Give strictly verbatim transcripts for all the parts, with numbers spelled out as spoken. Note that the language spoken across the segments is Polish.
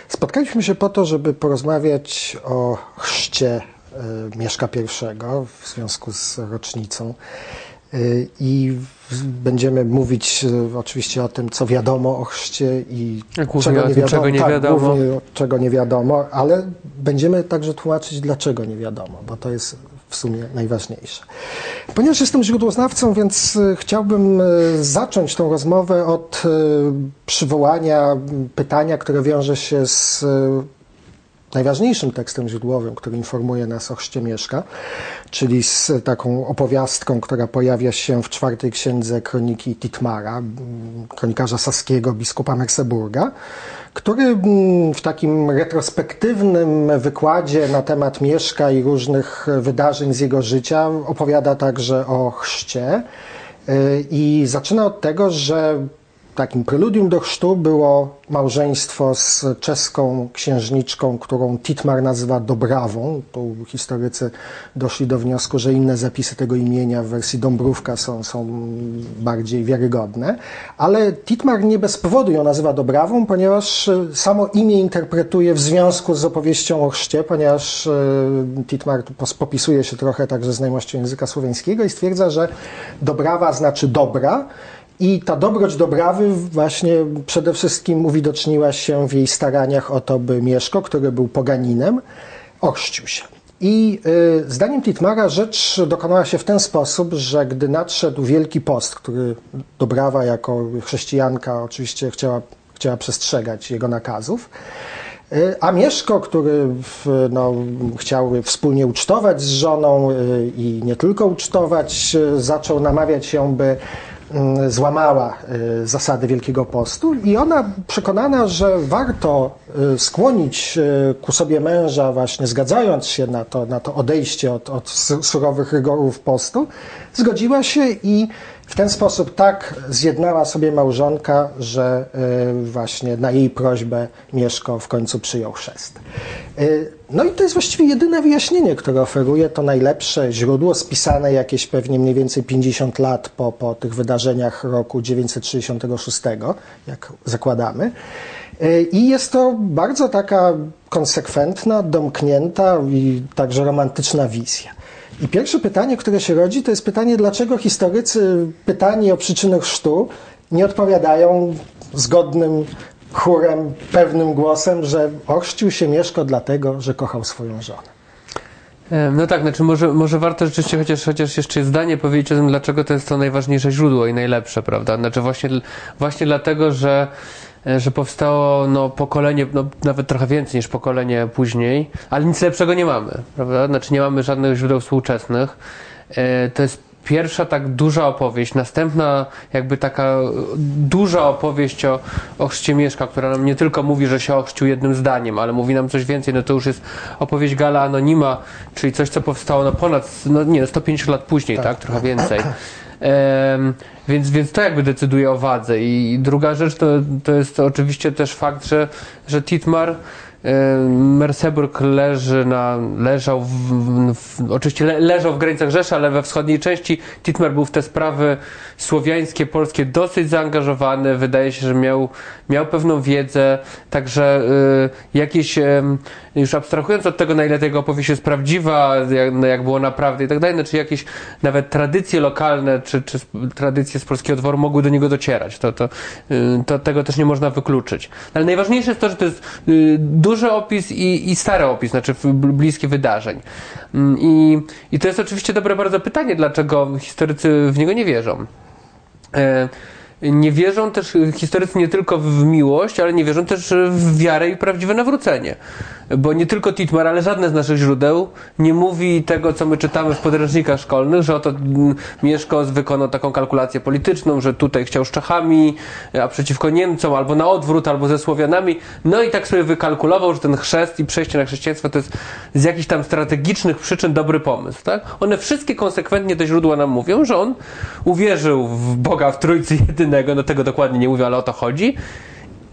Spotkaliśmy się po to, żeby porozmawiać o chrzcie y, Mieszka I w związku z rocznicą. Y, I będziemy mówić y, oczywiście o tym, co wiadomo o chrzcie i czego nie, tym, wiadomo, czego nie tak, wiadomo. głównie, czego nie wiadomo, ale będziemy także tłumaczyć, dlaczego nie wiadomo, bo to jest w sumie najważniejsze. Ponieważ jestem źródłoznawcą, więc y, chciałbym y, zacząć tą rozmowę od y, przywołania pytania, które wiąże się z y, najważniejszym tekstem źródłowym, który informuje nas o chrzcie Mieszka, czyli z taką opowiastką, która pojawia się w czwartej księdze kroniki Titmara, kronikarza saskiego, biskupa Merseburga, który w takim retrospektywnym wykładzie na temat Mieszka i różnych wydarzeń z jego życia opowiada także o chrzcie i zaczyna od tego, że takim preludium do chrztu było małżeństwo z czeską księżniczką, którą Titmar nazywa Dobrawą. Tu historycy doszli do wniosku, że inne zapisy tego imienia w wersji Dąbrówka są, są bardziej wiarygodne. Ale Titmar nie bez powodu ją nazywa Dobrawą, ponieważ samo imię interpretuje w związku z opowieścią o chrzcie, ponieważ Titmar popisuje się trochę także znajomością języka słowiańskiego i stwierdza, że Dobrawa znaczy dobra. I ta dobroć Dobrawy właśnie przede wszystkim uwidoczniła się w jej staraniach o to, by Mieszko, który był poganinem, ochrzcił się. I y, zdaniem Titmara rzecz dokonała się w ten sposób, że gdy nadszedł Wielki Post, który Dobrawa jako chrześcijanka oczywiście chciała, chciała przestrzegać jego nakazów, y, a Mieszko, który w, no, chciał wspólnie ucztować z żoną y, i nie tylko ucztować, y, zaczął namawiać ją, by złamała zasady Wielkiego Postu i ona przekonana, że warto skłonić ku sobie męża właśnie zgadzając się na to, na to odejście od, od surowych rygorów postu, zgodziła się i w ten sposób tak zjednała sobie małżonka, że właśnie na jej prośbę Mieszko w końcu przyjął chrzest. No i to jest właściwie jedyne wyjaśnienie, które oferuje to najlepsze źródło spisane jakieś pewnie mniej więcej pięćdziesiąt lat po, po tych wydarzeniach roku dziewięćset sześćdziesiątego szóstego, jak zakładamy. I jest to bardzo taka konsekwentna, domknięta i także romantyczna wizja. I pierwsze pytanie, które się rodzi, to jest pytanie, dlaczego historycy pytani o przyczyny chrztu nie odpowiadają zgodnym chórem, pewnym głosem, że ochrzcił się Mieszko dlatego, że kochał swoją żonę. No tak, znaczy może, może warto rzeczywiście chociaż, chociaż jeszcze zdanie powiedzieć o tym, dlaczego to jest to najważniejsze źródło i najlepsze, prawda? Znaczy właśnie, właśnie dlatego, że że powstało no, pokolenie, no, nawet trochę więcej niż pokolenie później, ale nic lepszego nie mamy, prawda? Znaczy nie mamy żadnych źródeł współczesnych. E, to jest pierwsza tak duża opowieść, następna jakby taka duża opowieść o, o chrzcie Mieszka, która nam nie tylko mówi, że się ochrzcił jednym zdaniem, ale mówi nam coś więcej, no to już jest opowieść Galla Anonima, czyli coś, co powstało no ponad, no nie, sto pięćdziesiąt lat później, tak, tak trochę więcej. Um, więc, więc to jakby decyduje o wadze. I, i druga rzecz to, to jest to oczywiście też fakt, że, że Titmar um, Merseburg leży na, leżał w, w, w, oczywiście le, leżał w granicach Rzeszy, ale we wschodniej części Titmar był w te sprawy słowiańskie, polskie dosyć zaangażowany. Wydaje się, że miał, miał pewną wiedzę, także y, jakieś y, już abstrahując od tego, na ile tego opowieść jest prawdziwa, jak, no jak było naprawdę i tak dalej, czy jakieś nawet tradycje lokalne, czy, czy tradycje z polskiego dworu mogły do niego docierać. To, to, to tego też nie można wykluczyć. Ale najważniejsze jest to, że to jest duży opis i, i stary opis, znaczy bliskie wydarzeń. I, I to jest oczywiście dobre bardzo pytanie, dlaczego historycy w niego nie wierzą. Nie wierzą też historycy nie tylko w miłość, ale nie wierzą też w wiarę i prawdziwe nawrócenie. Bo nie tylko Titmar, ale żadne z naszych źródeł nie mówi tego, co my czytamy w podręcznikach szkolnych, że oto Mieszko wykonał taką kalkulację polityczną, że tutaj chciał z Czechami, a przeciwko Niemcom, albo na odwrót, albo ze Słowianami. No i tak sobie wykalkulował, że ten chrzest i przejście na chrześcijaństwo to jest z jakichś tam strategicznych przyczyn dobry pomysł. Tak? One wszystkie konsekwentnie te źródła nam mówią, że on uwierzył w Boga w Trójcy Jedynego, no tego dokładnie nie mówię, ale o to chodzi.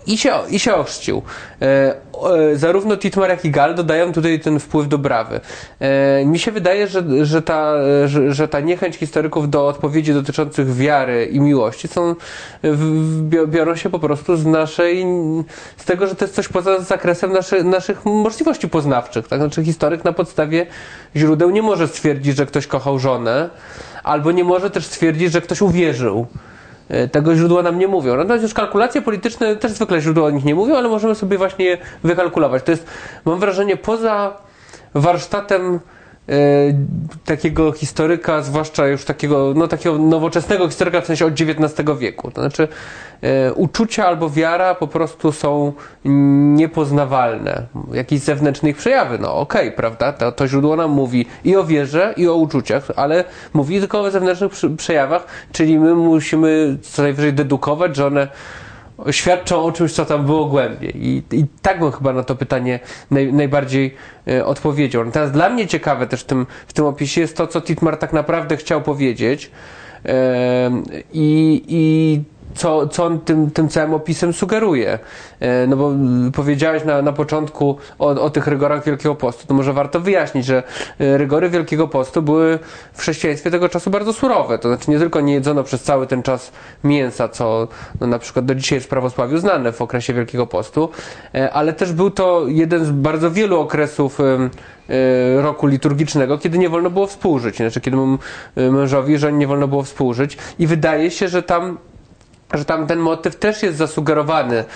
I się, I się ochrzcił. E, e, zarówno Titmar, jak i Gall dodają tutaj ten wpływ Dobrawy. E, mi się wydaje, że, że, ta, że, że ta niechęć historyków do odpowiedzi dotyczących wiary i miłości są, w, biorą się po prostu z naszej, z tego, że to jest coś poza zakresem naszy, naszych możliwości poznawczych. Tak? Znaczy historyk na podstawie źródeł nie może stwierdzić, że ktoś kochał żonę, albo nie może też stwierdzić, że ktoś uwierzył. Tego źródła nam nie mówią. Natomiast już kalkulacje polityczne też zwykle źródła o nich nie mówią, ale możemy sobie właśnie je wykalkulować. To jest, mam wrażenie, poza warsztatem e, takiego historyka, zwłaszcza już takiego, no, takiego nowoczesnego historyka, w sensie od dziewiętnastego wieku. To znaczy e, uczucia albo wiara po prostu są niepoznawalne. Jakieś zewnętrzne ich przejawy, no okej, okay, prawda? To, to źródło nam mówi i o wierze, i o uczuciach, ale mówi tylko o zewnętrznych przejawach, czyli my musimy co najwyżej dedukować, że one świadczą o czymś, co tam było głębiej. I, i tak bym chyba na to pytanie naj, najbardziej e, odpowiedział. Natomiast dla mnie ciekawe też w tym, w tym opisie jest to, co Titmar tak naprawdę chciał powiedzieć e, i, i co, co on tym, tym całym opisem sugeruje. E, no bo powiedziałeś na, na początku o, o tych rygorach Wielkiego Postu, to może warto wyjaśnić, że rygory Wielkiego Postu były w chrześcijaństwie tego czasu bardzo surowe. To znaczy nie tylko nie jedzono przez cały ten czas mięsa, co no, na przykład do dzisiaj jest w prawosławiu znane w okresie Wielkiego Postu, e, ale też był to jeden z bardzo wielu okresów e, roku liturgicznego, kiedy nie wolno było współżyć. Znaczy kiedy mężowi i żonie nie wolno było współżyć i wydaje się, że tam że tam ten motyw też jest zasugerowany,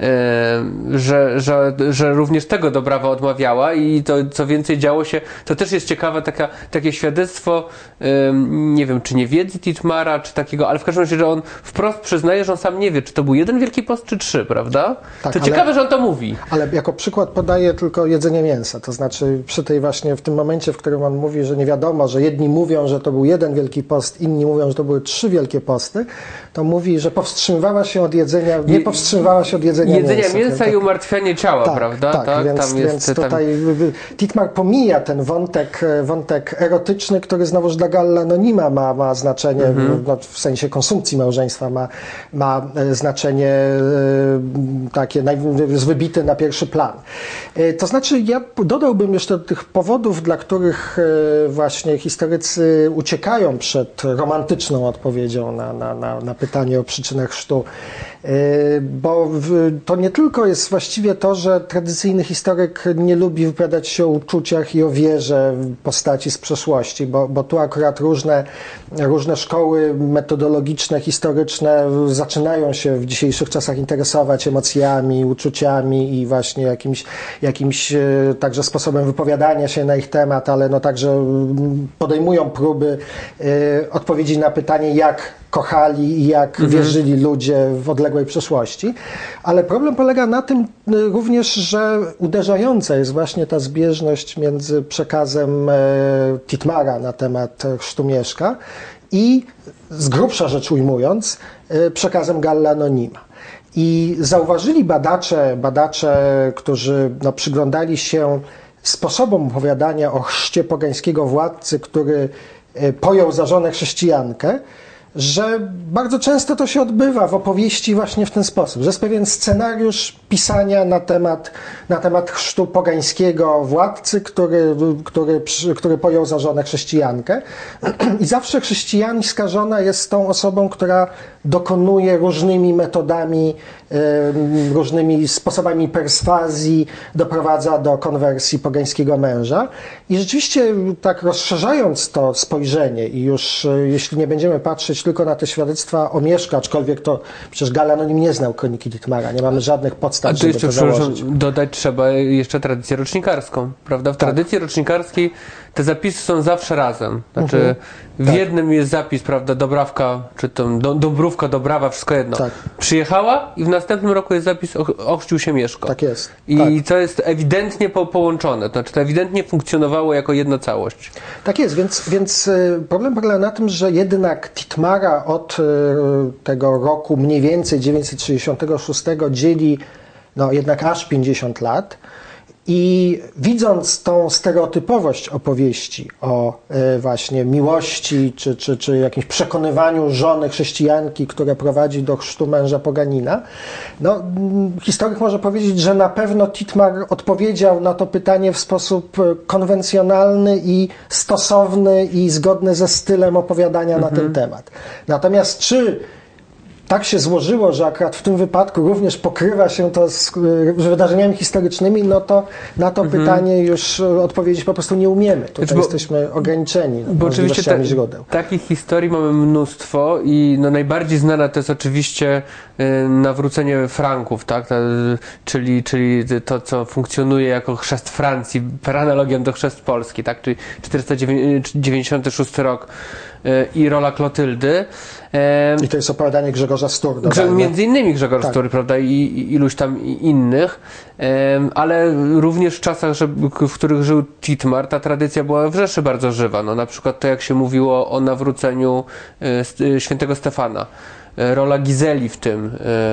że, że, że również tego Dobrawa odmawiała i to, co więcej działo się, to też jest ciekawe taka, takie świadectwo, nie wiem, czy niewiedzy Titmara, czy takiego, ale w każdym razie, że on wprost przyznaje, że on sam nie wie, czy to był jeden Wielki Post, czy trzy, prawda? Tak, to ale, ciekawe, że on to mówi. Ale jako przykład podaje tylko jedzenie mięsa, to znaczy przy tej właśnie, w tym momencie, w którym on mówi, że nie wiadomo, że jedni mówią, że to był jeden Wielki Post, inni mówią, że to były trzy Wielkie Posty, to mówi, że powstrzymywała się od jedzenia, nie powstrzymywała się od jedzenia, jedzenia mięsa. mięsa tak, i umartwianie ciała, tak, prawda? Tak, tak, więc, tam jest, więc tutaj tam... Titmar pomija ten wątek, wątek erotyczny, który znowuż dla Galla Anonima ma, ma znaczenie, mhm. no, w sensie konsumpcji małżeństwa ma, ma znaczenie takie naj, wybite na pierwszy plan. To znaczy ja dodałbym jeszcze do tych powodów, dla których właśnie historycy uciekają przed romantyczną odpowiedzią na, na, na, na pytanie o przyczynę chrztu, bo to nie tylko jest właściwie to, że tradycyjny historyk nie lubi wypowiadać się o uczuciach i o wierze postaci z przeszłości, bo, bo tu akurat różne, różne szkoły metodologiczne, historyczne zaczynają się w dzisiejszych czasach interesować emocjami, uczuciami i właśnie jakimś, jakimś także sposobem wypowiadania się na ich temat, ale no także podejmują próby odpowiedzi na pytanie, jak kochali i jak mhm. wierzyli ludzie w odległej przeszłości. Ale problem polega na tym również, że uderzająca jest właśnie ta zbieżność między przekazem Titmara na temat chrztu Mieszka i, z grubsza rzecz ujmując, przekazem Galla Anonima. I zauważyli badacze, badacze, którzy no, przyglądali się sposobom opowiadania o chrzcie pogańskiego władcy, który pojął za żonę chrześcijankę, że bardzo często to się odbywa w opowieści właśnie w ten sposób, że jest pewien scenariusz pisania na temat, na temat chrztu pogańskiego władcy, który, który, który pojął za żonę chrześcijankę. I zawsze chrześcijańska żona jest tą osobą, która dokonuje różnymi metodami, różnymi sposobami perswazji, doprowadza do konwersji pogańskiego męża. I rzeczywiście tak rozszerzając to spojrzenie i już jeśli nie będziemy patrzeć tylko na te świadectwa o Mieszku, aczkolwiek to przecież Gall Anonim nie znał kroniki Titmara, nie mamy żadnych podstaw, A tu żeby jeszcze to założyć. Dodać trzeba jeszcze tradycję rocznikarską, prawda? W tak. tradycji rocznikarskiej te zapisy są zawsze razem. Znaczy mhm. w tak. jednym jest zapis, prawda, Dobrawka, czy tam do, Dąbrówka, Dobrawa, wszystko jedno. Tak. Przyjechała i w następnym roku jest zapis ochrzcił się Mieszko. Tak jest. I tak. to jest ewidentnie po, połączone. To znaczy to ewidentnie funkcjonowało jako jedna całość. Tak jest, więc, więc problem polega na tym, że jednak Titmara od tego roku mniej więcej dziewięćset sześćdziesiątego szóstego dzieli no jednak aż pięćdziesiąt lat. I widząc tą stereotypowość opowieści o y, właśnie miłości, czy, czy, czy jakimś przekonywaniu żony chrześcijanki, które prowadzi do chrztu męża poganina, no, mm, historyk może powiedzieć, że na pewno Titmar odpowiedział na to pytanie w sposób konwencjonalny i stosowny i zgodny ze stylem opowiadania mhm. na ten temat. Natomiast czy tak się złożyło, że akurat w tym wypadku również pokrywa się to z, z wydarzeniami historycznymi, no to na to mhm. pytanie już odpowiedzieć po prostu nie umiemy. Tutaj znaczy, bo, jesteśmy ograniczeni bo możliwościami ta, źródeł. Takich historii mamy mnóstwo i no najbardziej znana to jest oczywiście y, nawrócenie Franków, tak? Ta, czyli, czyli to, co funkcjonuje jako chrzest Francji, per analogią do chrzest Polski, tak? Czyli czterysta dziewięćdziesiąty szósty rok y, i rola Klotyldy. I to jest opowiadanie Grzegorza Sturda. Grze, między innymi Grzegorz tak. Stur, prawda, i, i iluś tam innych, um, ale również w czasach, że, w których żył Titmar, ta tradycja była w Rzeszy bardzo żywa. No, na przykład to, jak się mówiło o nawróceniu y, świętego Stefana. Rola Gizeli w tym,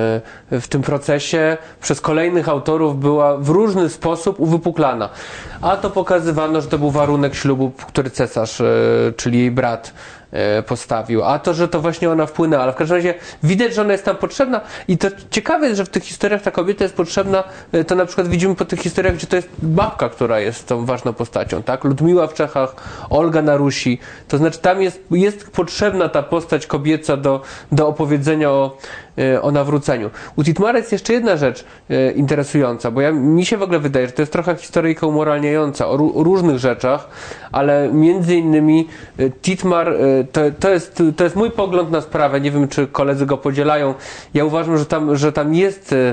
w tym procesie przez kolejnych autorów była w różny sposób uwypuklana. A to pokazywano, że to był warunek ślubu, który cesarz, czyli jej brat, postawił. A to, że to właśnie ona wpłynęła. Ale w każdym razie widać, że ona jest tam potrzebna i to ciekawe jest, że w tych historiach ta kobieta jest potrzebna. To na przykład widzimy po tych historiach, gdzie to jest babka, która jest tą ważną postacią, tak? Ludmiła w Czechach, Olga na Rusi. To znaczy tam jest, jest potrzebna ta postać kobieca do, do opowiedzenia o, o nawróceniu. U Titmara jest jeszcze jedna rzecz e, interesująca, bo ja, mi się w ogóle wydaje, że to jest trochę historyjka umoralniająca o, ró- o różnych rzeczach, ale między innymi e, Titmar, e, to, to, jest, to jest mój pogląd na sprawę, nie wiem, czy koledzy go podzielają. Ja uważam, że tam, że tam jest e,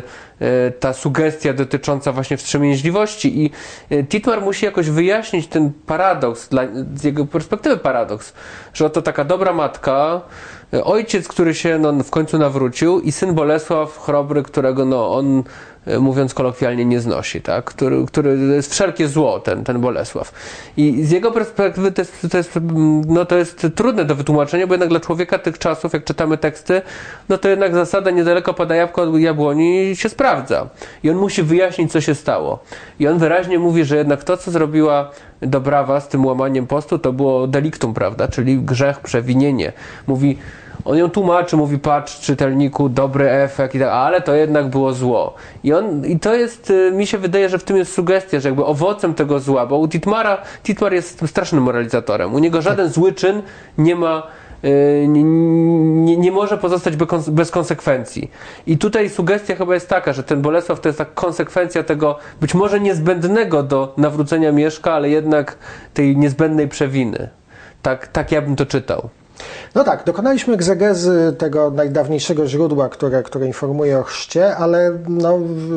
ta sugestia dotycząca właśnie wstrzemięźliwości i e, Titmar musi jakoś wyjaśnić ten paradoks, dla, z jego perspektywy paradoks, że oto taka dobra matka, ojciec, który się no, w końcu nawrócił i syn Bolesław Chrobry, którego no, on, mówiąc kolokwialnie, nie znosi, tak? Który, który jest wszelkie zło, ten, ten Bolesław. I z jego perspektywy to jest, to, jest, no, to jest trudne do wytłumaczenia, bo jednak dla człowieka tych czasów, jak czytamy teksty, no to jednak zasada niedaleko pada jabłko od jabłoni się sprawdza. I on musi wyjaśnić, co się stało. I on wyraźnie mówi, że jednak to, co zrobiła Dobrawa z tym łamaniem postu, to było deliktum, prawda? Czyli grzech, przewinienie. Mówi, on ją tłumaczy, mówi, patrz, czytelniku, dobry efekt i tak, ale to jednak było zło. I on, i to jest, mi się wydaje, że w tym jest sugestia, że jakby owocem tego zła, bo u Titmara, Titmar jest strasznym moralizatorem. U niego żaden zły czyn nie ma, nie, nie, nie może pozostać bez, bez konsekwencji. I tutaj sugestia chyba jest taka, że ten Bolesław to jest tak konsekwencja tego, być może niezbędnego do nawrócenia Mieszka, ale jednak tej niezbędnej przewiny. Tak, tak ja bym to czytał. No tak, dokonaliśmy egzegezy tego najdawniejszego źródła, które, które informuje o chrzcie, ale no,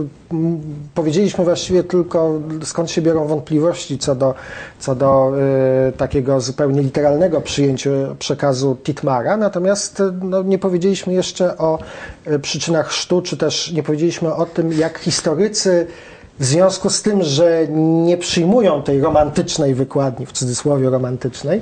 m, powiedzieliśmy właściwie tylko, skąd się biorą wątpliwości co do, co do y, takiego zupełnie literalnego przyjęcia przekazu Titmara, natomiast no, nie powiedzieliśmy jeszcze o y, przyczynach chrztu, czy też nie powiedzieliśmy o tym, jak historycy w związku z tym, że nie przyjmują tej romantycznej wykładni, w cudzysłowie romantycznej,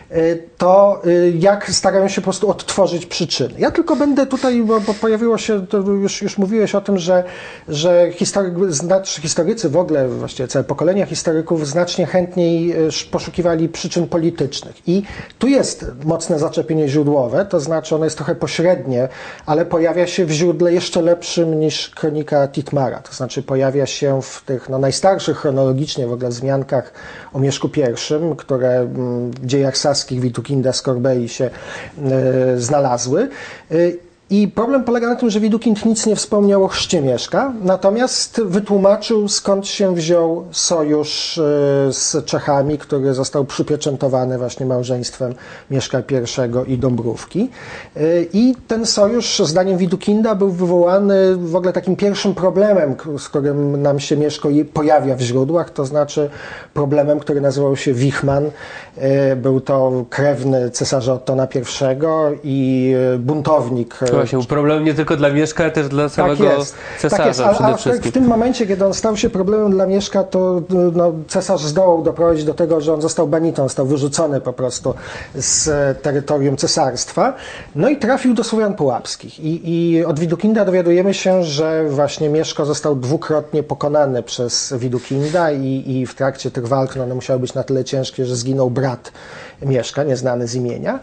to jak starają się po prostu odtworzyć przyczyny. Ja tylko będę tutaj, bo, bo pojawiło się, to już, już mówiłeś o tym, że, że historyk, znaczy historycy w ogóle, właściwie całe pokolenia historyków znacznie chętniej poszukiwali przyczyn politycznych. I tu jest mocne zaczepienie źródłowe, to znaczy ono jest trochę pośrednie, ale pojawia się w źródle jeszcze lepszym niż kronika Titmara. To znaczy pojawia się w tych no, najstarszych chronologicznie w ogóle wzmiankach o Mieszku I, które w dziejach saskich Widukinda z Corbei się y, znalazły. Y, I problem polega na tym, że Widukind nic nie wspomniał o chrzcie Mieszka, natomiast wytłumaczył, skąd się wziął sojusz z Czechami, który został przypieczętowany właśnie małżeństwem Mieszka I i Dąbrówki. I ten sojusz, zdaniem Widukinda, był wywołany w ogóle takim pierwszym problemem, z którym nam się Mieszko pojawia w źródłach, to znaczy problemem, który nazywał się Wichman. Był to krewny cesarza Ottona I i buntownik Właśnie, problem nie tylko dla Mieszka, ale też dla samego tak jest, cesarza tak jest. A, przede a wszystkim. w tym momencie, kiedy on stał się problemem dla Mieszka, to no, cesarz zdołał doprowadzić do tego, że on został banitą, został wyrzucony po prostu z terytorium cesarstwa. No i trafił do Słowian Pułapskich. I, i od Widukinda dowiadujemy się, że właśnie Mieszko został dwukrotnie pokonany przez Widukinda i, i w trakcie tych walk no, one musiały być na tyle ciężkie, że zginął brat Mieszka, nieznany z imienia.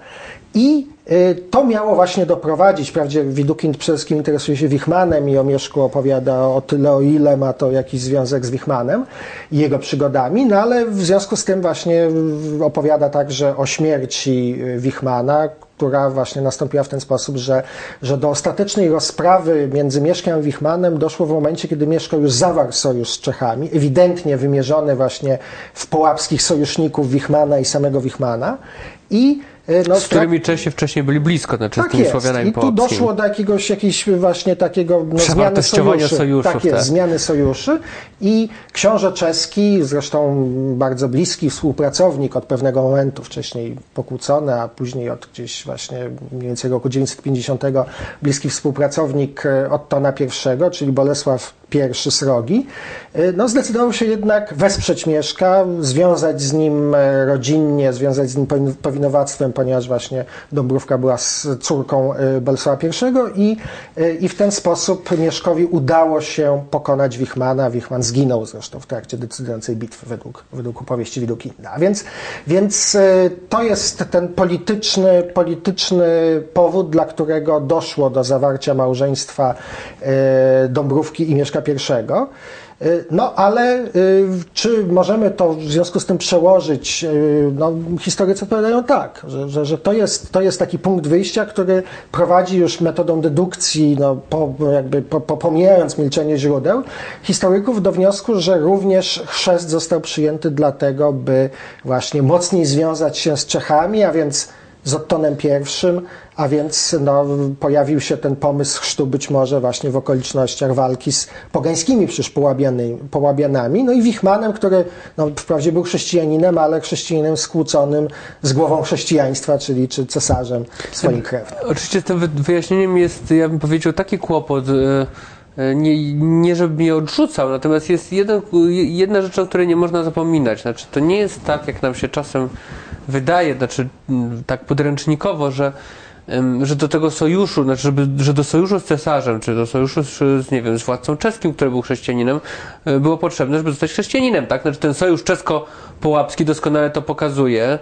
I to miało właśnie doprowadzić, wprawdzie Widukind przede wszystkim interesuje się Wichmanem i o Mieszku opowiada o tyle, o ile ma to jakiś związek z Wichmanem i jego przygodami, no ale w związku z tym właśnie opowiada także o śmierci Wichmana, która właśnie nastąpiła w ten sposób, że, że do ostatecznej rozprawy między Mieszkiem a Wichmanem doszło w momencie, kiedy Mieszko już zawarł sojusz z Czechami, ewidentnie wymierzony właśnie w połapskich sojuszników Wichmana i samego Wichmana. I No, z którymi Czesi wcześniej byli blisko, znaczy tak z tymi jest. Słowianami I tu połapskimi. doszło do jakiegoś jakiegoś właśnie takiego no, zmiany sojuszy. sojuszów. Tak jest, tak. zmiany sojuszy. I książę czeski, zresztą bardzo bliski współpracownik od pewnego momentu, wcześniej pokłócony, a później od gdzieś właśnie mniej więcej roku dziewięćset pięćdziesiątego bliski współpracownik Ottona I, czyli Bolesław I Srogi, no zdecydował się jednak wesprzeć Mieszka, związać z nim rodzinnie, związać z nim powinowactwem, ponieważ właśnie Dąbrówka była z córką Bolesława I i, i w ten sposób Mieszkowi udało się pokonać Wichmana. Wichman zginął zresztą w trakcie decydującej bitwy według, według opowieści Widukinda. Więc, więc to jest ten polityczny, polityczny powód, dla którego doszło do zawarcia małżeństwa Dąbrówki i Mieszka I. No ale czy możemy to w związku z tym przełożyć? No, historycy odpowiadają tak, że, że, że to, jest, to jest taki punkt wyjścia, który prowadzi już metodą dedukcji, no, po, jakby po, po, pomijając milczenie źródeł, historyków do wniosku, że również chrzest został przyjęty dlatego, by właśnie mocniej związać się z Czechami, a więc z Ottonem I, a więc no, pojawił się ten pomysł chrztu być może właśnie w okolicznościach walki z pogańskimi przecież Połabianami, no i Wichmanem, który no, wprawdzie był chrześcijaninem, ale chrześcijaninem skłóconym z głową chrześcijaństwa, czyli czy cesarzem swoim krewnym. Oczywiście z tym wyjaśnieniem jest, ja bym powiedział, taki kłopot, nie, nie żeby mnie odrzucał, natomiast jest jeden, jedna rzecz, o której nie można zapominać. Znaczy, to nie jest tak, jak nam się czasem wydaje, znaczy tak podręcznikowo, że, że do tego sojuszu, znaczy żeby, że do sojuszu z cesarzem, czy do sojuszu z, nie wiem, z władcą czeskim, który był chrześcijaninem, było potrzebne, żeby zostać chrześcijaninem, tak? Znaczy ten sojusz czesko-połapski doskonale to pokazuje.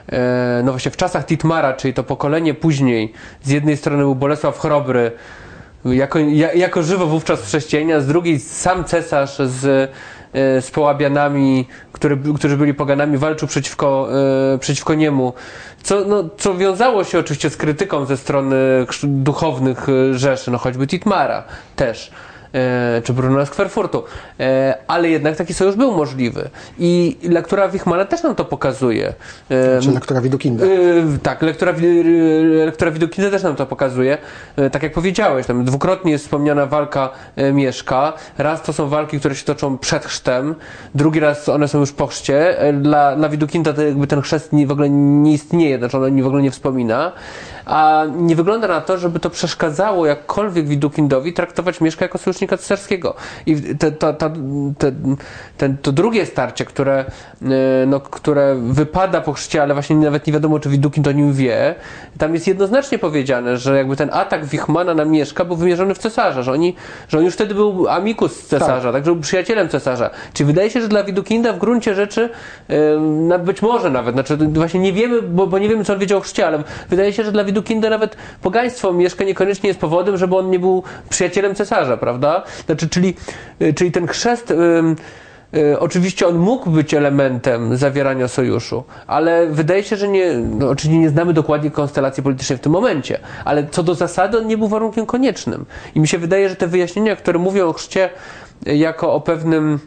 No właśnie w czasach Titmara, czyli to pokolenie później, z jednej strony był Bolesław Chrobry, jako, jako żywo wówczas chrześcijanin, a z drugiej sam cesarz z z Połabianami, który, którzy byli poganami, walczył przeciwko, e, przeciwko niemu, co, no, co wiązało się oczywiście z krytyką ze strony duchownych Rzeszy, no choćby Titmara też, e, czy Brunona z Querfurtu, e, ale jednak taki sojusz był możliwy i lektura Wichmana też nam to pokazuje. E, czy lektura Widukinda. E, tak, lektura, lektura Widukinda też nam to pokazuje. E, tak jak powiedziałeś, tam dwukrotnie jest wspomniana walka e, Mieszka. Raz to są walki, które się toczą przed chrztem, drugi raz one są już po chrzcie. E, dla, dla Widukinda to jakby ten chrzest nie, w ogóle nie istnieje, znaczy on w ogóle nie wspomina. A nie wygląda na to, żeby to przeszkadzało jakkolwiek Widukindowi traktować Mieszka jako sojusznika cesarskiego. I te, to, to, te, ten, to drugie starcie, które, no, które wypada po chrzcie, ale właśnie nawet nie wiadomo, czy Widukind o nim wie, tam jest jednoznacznie powiedziane, że jakby ten atak Wichmana na Mieszka był wymierzony w cesarza, że, oni, że on już wtedy był amicus cesarza, tak, tak że był przyjacielem cesarza. Czyli wydaje się, że dla Widukinda w gruncie rzeczy, yy, być może nawet, znaczy właśnie nie wiemy, bo, bo nie wiemy, co on wiedział o chrzcie, ale wydaje się, że dla Widukinda nawet pogaństwo Mieszka niekoniecznie jest powodem, żeby on nie był przyjacielem cesarza, prawda? Znaczy, czyli, czyli ten chrzest, yy, yy, oczywiście on mógł być elementem zawierania sojuszu, ale wydaje się, że nie, no, oczywiście nie znamy dokładnie konstelacji politycznej w tym momencie, ale co do zasady on nie był warunkiem koniecznym. I mi się wydaje, że te wyjaśnienia, które mówią o chrzcie jako o pewnym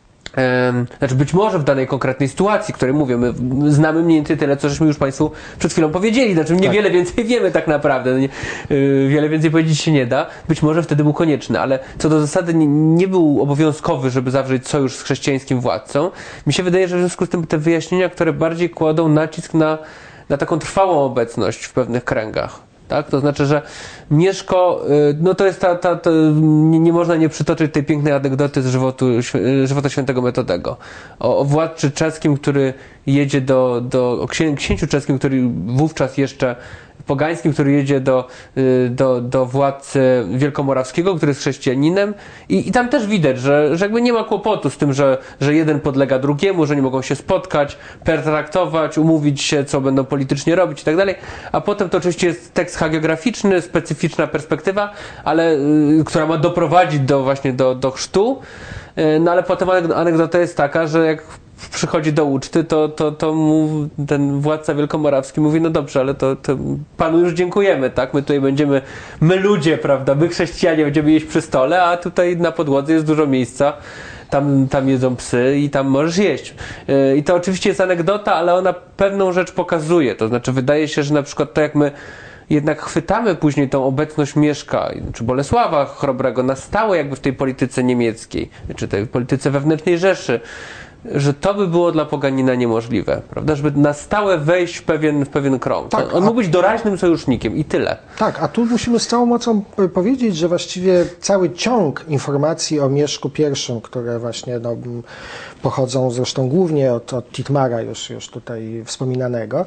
Znaczy być może w danej konkretnej sytuacji, której mówię, my znamy mniej więcej tyle, co żeśmy już Państwu przed chwilą powiedzieli, znaczy niewiele tak. więcej wiemy tak naprawdę, nie, yy, wiele więcej powiedzieć się nie da, być może wtedy był konieczny, ale co do zasady nie, nie był obowiązkowy, żeby zawrzeć sojusz z chrześcijańskim władcą. Mi się wydaje, że w związku z tym te wyjaśnienia, które bardziej kładą nacisk na, na taką trwałą obecność w pewnych kręgach. tak? To znaczy, że Mieszko, no to jest ta, ta, ta nie, nie można nie przytoczyć tej pięknej anegdoty z żywotu, żywota świętego Metodego. O, o władcy czeskim, który jedzie do, do o księ, księciu czeskim, który wówczas jeszcze pogańskim, który jedzie do, do, do władcy wielkomorawskiego, który jest chrześcijaninem i, i tam też widać, że, że jakby nie ma kłopotu z tym, że, że jeden podlega drugiemu, że nie mogą się spotkać, pertraktować, umówić się, co będą politycznie robić i tak dalej, a potem to oczywiście jest tekst hagiograficzny, specyficzna perspektywa, ale y, która ma doprowadzić do właśnie do, do chrztu, y, no ale potem anegdota jest taka, że jak przychodzi do uczty, to, to, to mu ten władca wielkomorawski mówi, no dobrze, ale to, to panu już dziękujemy, tak? My tutaj będziemy, my ludzie, prawda, my chrześcijanie będziemy jeść przy stole, a tutaj na podłodze jest dużo miejsca, tam, tam jedzą psy i tam możesz jeść. Yy, I to oczywiście jest anegdota, ale ona pewną rzecz pokazuje, to znaczy wydaje się, że na przykład to jak my jednak chwytamy później tą obecność Mieszka, czy Bolesława Chrobrego na stałe jakby w tej polityce niemieckiej, czy tej polityce wewnętrznej Rzeszy, że to by było dla poganina niemożliwe, prawda? Żeby na stałe wejść w pewien, w pewien krąg. Tak, on, on a... mógł być doraźnym sojusznikiem i tyle. Tak, a tu musimy z całą mocą powiedzieć, że właściwie cały ciąg informacji o Mieszku I, które właśnie no, pochodzą zresztą głównie od, od Titmara już, już tutaj wspominanego,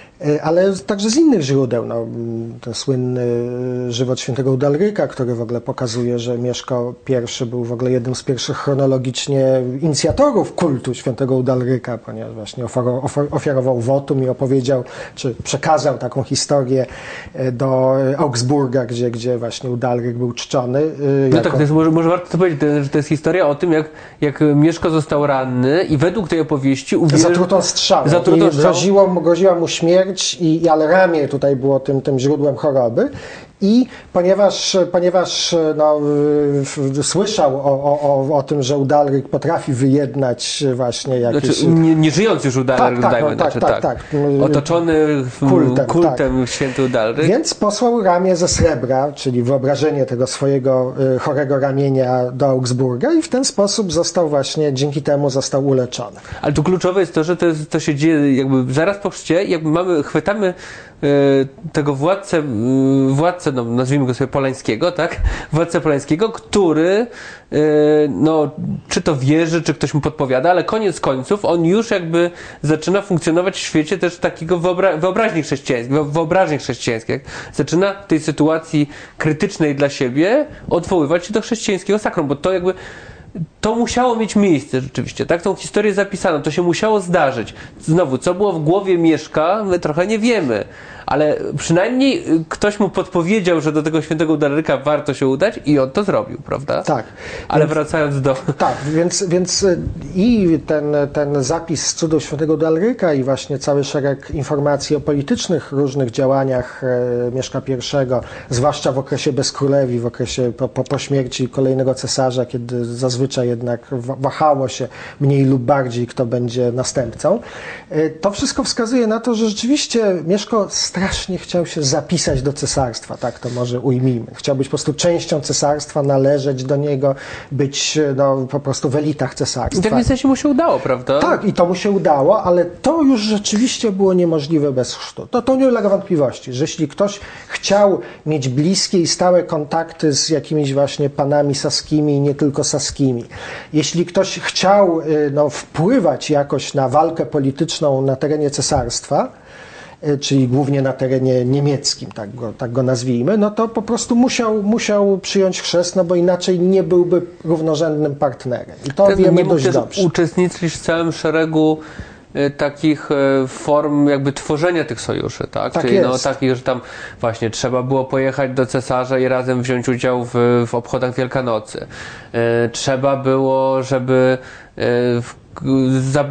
ale także z innych źródeł. No, ten słynny żywot świętego Udalryka, który w ogóle pokazuje, że Mieszko I był w ogóle jednym z pierwszych chronologicznie inicjatorów kultu świętego Udalryka, ponieważ właśnie ofiarował wotum i opowiedział, czy przekazał taką historię do Augsburga, gdzie, gdzie właśnie Udalryk był czczony. No jako... tak, to jest, może, może warto to powiedzieć, że to jest historia o tym, jak, jak Mieszko został ranny i według tej opowieści uwierzył... Zatrutą strzałą. Zatrutą strzałą. Groziło, groziła mu śmierć i, i ale ramię tutaj było tym, tym źródłem choroby. I ponieważ, ponieważ no, słyszał o, o, o tym, że Udalryk potrafi wyjednać właśnie jakieś... Znaczy, nie, nie żyjąc już Udalryk, tak, tak, dajmy, no, znaczy, tak, tak, tak. tak. Otoczony kultem, kultem tak. Święty Udalryk. Więc posłał ramię ze srebra, czyli wyobrażenie tego swojego y, chorego ramienia do Augsburga i w ten sposób został właśnie, dzięki temu został uleczony. Ale tu kluczowe jest to, że to, jest, to się dzieje jakby zaraz po chrzcie, jakby mamy, chwytamy tego władcę, władcę, no nazwijmy go sobie Polańskiego, tak? Władcę Polańskiego, który no, czy to wierzy, czy ktoś mu podpowiada, ale koniec końców on już jakby zaczyna funkcjonować w świecie też takiego wyobra- wyobraźni chrześcijańskiej, wyobraźni chrześcijańskiej. Zaczyna w tej sytuacji krytycznej dla siebie odwoływać się do chrześcijańskiego sakrum, bo to jakby to musiało mieć miejsce rzeczywiście, tak? Tą historię zapisano, to się musiało zdarzyć. Znowu, co było w głowie Mieszka, my trochę nie wiemy, ale przynajmniej ktoś mu podpowiedział, że do tego świętego Udalryka warto się udać i on to zrobił, prawda? Tak. Ale więc, wracając do... Tak, więc, więc i ten, ten zapis z cudów świętego Udalryka i właśnie cały szereg informacji o politycznych różnych działaniach e, Mieszka I, zwłaszcza w okresie bezkrólewi, w okresie po, po, po śmierci kolejnego cesarza, kiedy zazwyczaj jednak wahało się mniej lub bardziej, kto będzie następcą. E, to wszystko wskazuje na to, że rzeczywiście Mieszko strasznie chciał się zapisać do cesarstwa, tak to może ujmijmy. Chciał być po prostu częścią cesarstwa, należeć do niego, być no, po prostu w elitach cesarstwa. I w takim sensie mu się udało, prawda? Tak, i to mu się udało, ale to już rzeczywiście było niemożliwe bez chrztu. To, to nie ulega wątpliwości, że jeśli ktoś chciał mieć bliskie i stałe kontakty z jakimiś właśnie panami saskimi i nie tylko saskimi, jeśli ktoś chciał no, wpływać jakoś na walkę polityczną na terenie cesarstwa, czyli głównie na terenie niemieckim, tak go, tak go nazwijmy, no to po prostu musiał, musiał przyjąć chrzest, no bo inaczej nie byłby równorzędnym partnerem. I to tak, wiemy nie mógł dość też dobrze. Uczestniczyć w całym szeregu y, takich y, form jakby tworzenia tych sojuszy, tak? Tak Czyli jest. no takich, że tam właśnie trzeba było pojechać do cesarza i razem wziąć udział w, w obchodach Wielkanocy. Y, trzeba było, żeby y, w Za,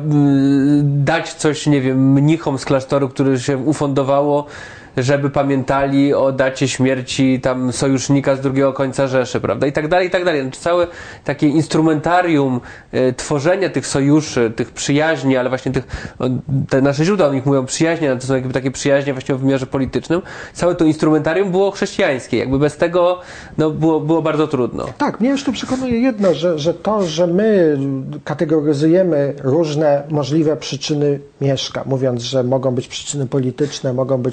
dać coś, nie wiem, mnichom z klasztoru, który się ufundowało, żeby pamiętali o dacie śmierci tam sojusznika z drugiego końca Rzeszy, prawda? I tak dalej, i tak dalej. Znaczy całe takie instrumentarium e, tworzenia tych sojuszy, tych przyjaźni, ale właśnie tych, o, te nasze źródła o nich mówią przyjaźnie, ale to są jakby takie przyjaźnie właśnie w wymiarze politycznym. Całe to instrumentarium było chrześcijańskie. Jakby bez tego, no, było, było bardzo trudno. Tak, mnie już tu przekonuje jedno, że, że to, że my kategoryzujemy różne możliwe przyczyny Mieszka, mówiąc, że mogą być przyczyny polityczne, mogą być przyczyny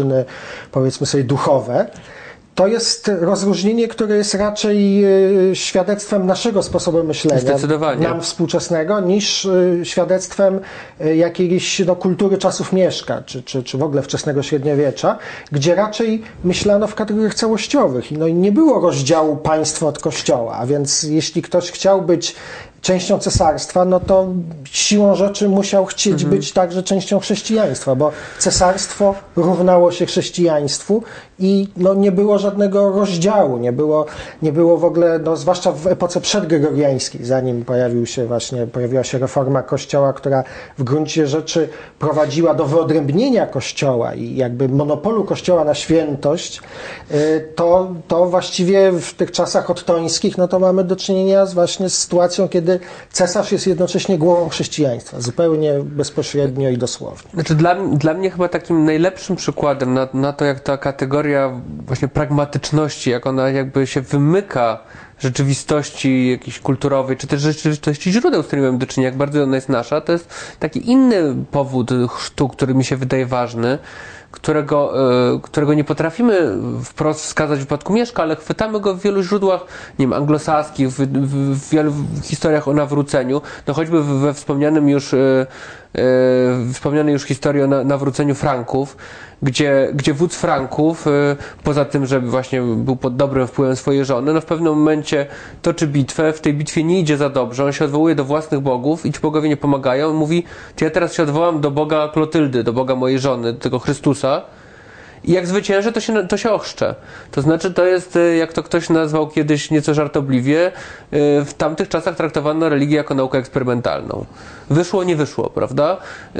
przyczyny, powiedzmy sobie, duchowe. To jest rozróżnienie, które jest raczej świadectwem naszego sposobu myślenia, Zdecydowanie. nam współczesnego, niż świadectwem jakiejś no, kultury czasów Mieszka, czy, czy, czy w ogóle wczesnego średniowiecza, gdzie raczej myślano w kategoriach całościowych. No i nie było rozdziału państwa od kościoła, a więc jeśli ktoś chciał być częścią cesarstwa, no to siłą rzeczy musiał chcieć mhm. być także częścią chrześcijaństwa, bo cesarstwo równało się chrześcijaństwu i no, nie było żadnego rozdziału, nie było, nie było w ogóle, no, zwłaszcza w epoce przedgregoriańskiej, zanim pojawił się właśnie, pojawiła się reforma Kościoła, która w gruncie rzeczy prowadziła do wyodrębnienia Kościoła i jakby monopolu Kościoła na świętość, to, to właściwie w tych czasach ottońskich, no to mamy do czynienia z właśnie z sytuacją, kiedy cesarz jest jednocześnie głową chrześcijaństwa, zupełnie bezpośrednio i dosłownie. Znaczy dla, dla mnie chyba takim najlepszym przykładem na, na to, jak ta kategoria właśnie pragmatyczności, jak ona jakby się wymyka rzeczywistości jakiejś kulturowej, czy też rzeczywistości źródeł, z którymi mamy do czynienia, jak bardzo ona jest nasza, to jest taki inny powód chrztu, który mi się wydaje ważny, którego, którego nie potrafimy wprost wskazać w wypadku Mieszka, ale chwytamy go w wielu źródłach, nie wiem, anglosaskich, w, w, w wielu historiach o nawróceniu, no choćby we wspomnianym już e, e, wspomnianej już historii o na, nawróceniu Franków, gdzie, gdzie wódz Franków, e, poza tym, że właśnie był pod dobrym wpływem swojej żony, no w pewnym momencie toczy bitwę, w tej bitwie nie idzie za dobrze, on się odwołuje do własnych bogów i ci bogowie nie pomagają, on mówi, to ja teraz się odwołam do Boga Klotyldy, do Boga mojej żony, do tego Chrystusa, i jak zwyciężę, to się, to się ochrzczę. To znaczy, to jest, jak to ktoś nazwał kiedyś nieco żartobliwie, w tamtych czasach traktowano religię jako naukę eksperymentalną. Wyszło, nie wyszło, prawda?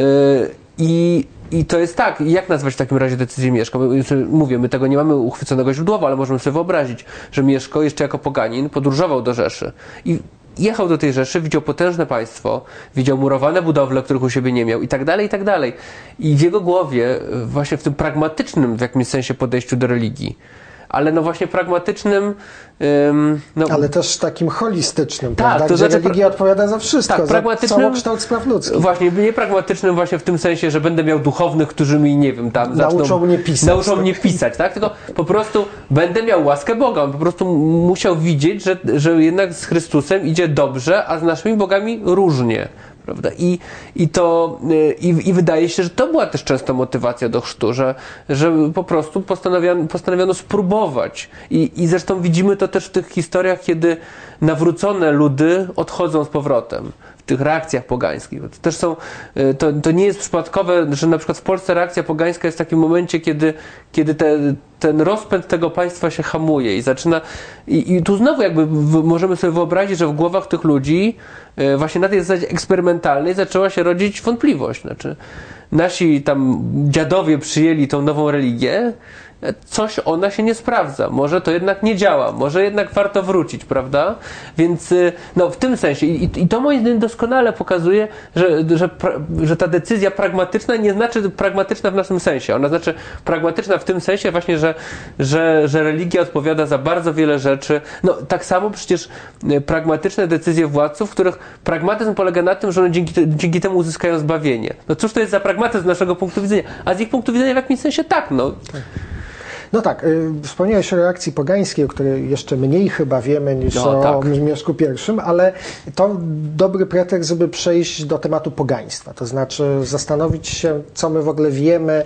I, i to jest tak, jak nazwać w takim razie decyzję Mieszka? Mówię, my tego nie mamy uchwyconego źródłowo, ale możemy sobie wyobrazić, że Mieszko jeszcze jako poganin podróżował do Rzeszy. I jechał do tej Rzeszy, widział potężne państwo, widział murowane budowle, których u siebie nie miał i tak dalej, i tak dalej. I w jego głowie, właśnie w tym pragmatycznym w jakimś sensie podejściu do religii, ale no właśnie pragmatycznym... Ym, no, ale też takim holistycznym, tak, prawda? To Gdzie znaczy, religia odpowiada za wszystko, tak, za całokształt spraw ludzkich. Właśnie, nie pragmatycznym właśnie w tym sensie, że będę miał duchownych, którzy mi, nie wiem, tam nauczą zaczną, mnie pisać. Nauczą mnie pisać, tak? Tylko po prostu będę miał łaskę Boga. On po prostu musiał widzieć, że, że jednak z Chrystusem idzie dobrze, a z naszymi bogami różnie. Prawda? I, i, to, i, i wydaje się, że to była też często motywacja do chrztu, że, że po prostu postanowiono, postanowiono spróbować. I, I zresztą widzimy to też w tych historiach, kiedy nawrócone ludy odchodzą z powrotem. W tych reakcjach pogańskich. To też są, to, to nie jest przypadkowe, że na przykład w Polsce reakcja pogańska jest w takim momencie, kiedy, kiedy te, ten rozpęd tego państwa się hamuje i zaczyna, i, i tu znowu jakby w, możemy sobie wyobrazić, że w głowach tych ludzi właśnie na tej zasadzie eksperymentalnej zaczęła się rodzić wątpliwość. Znaczy, nasi tam dziadowie przyjęli tą nową religię, coś ona się nie sprawdza. Może to jednak nie działa. Może jednak warto wrócić, prawda? Więc no w tym sensie i, i to moim zdaniem doskonale pokazuje, że, że, że ta decyzja pragmatyczna nie znaczy pragmatyczna w naszym sensie. Ona znaczy pragmatyczna w tym sensie właśnie, że, że, że religia odpowiada za bardzo wiele rzeczy. No tak samo przecież pragmatyczne decyzje władców, w których pragmatyzm polega na tym, że one dzięki, dzięki temu uzyskają zbawienie. No cóż to jest za pragmatyzm z naszego punktu widzenia? A z ich punktu widzenia w jakimś sensie tak, no. Tak. No tak, y, wspomniałeś o reakcji pogańskiej, o której jeszcze mniej chyba wiemy niż no, o tak. Mieszku pierwszym, ale to dobry pretekst, żeby przejść do tematu pogaństwa. To znaczy zastanowić się, co my w ogóle wiemy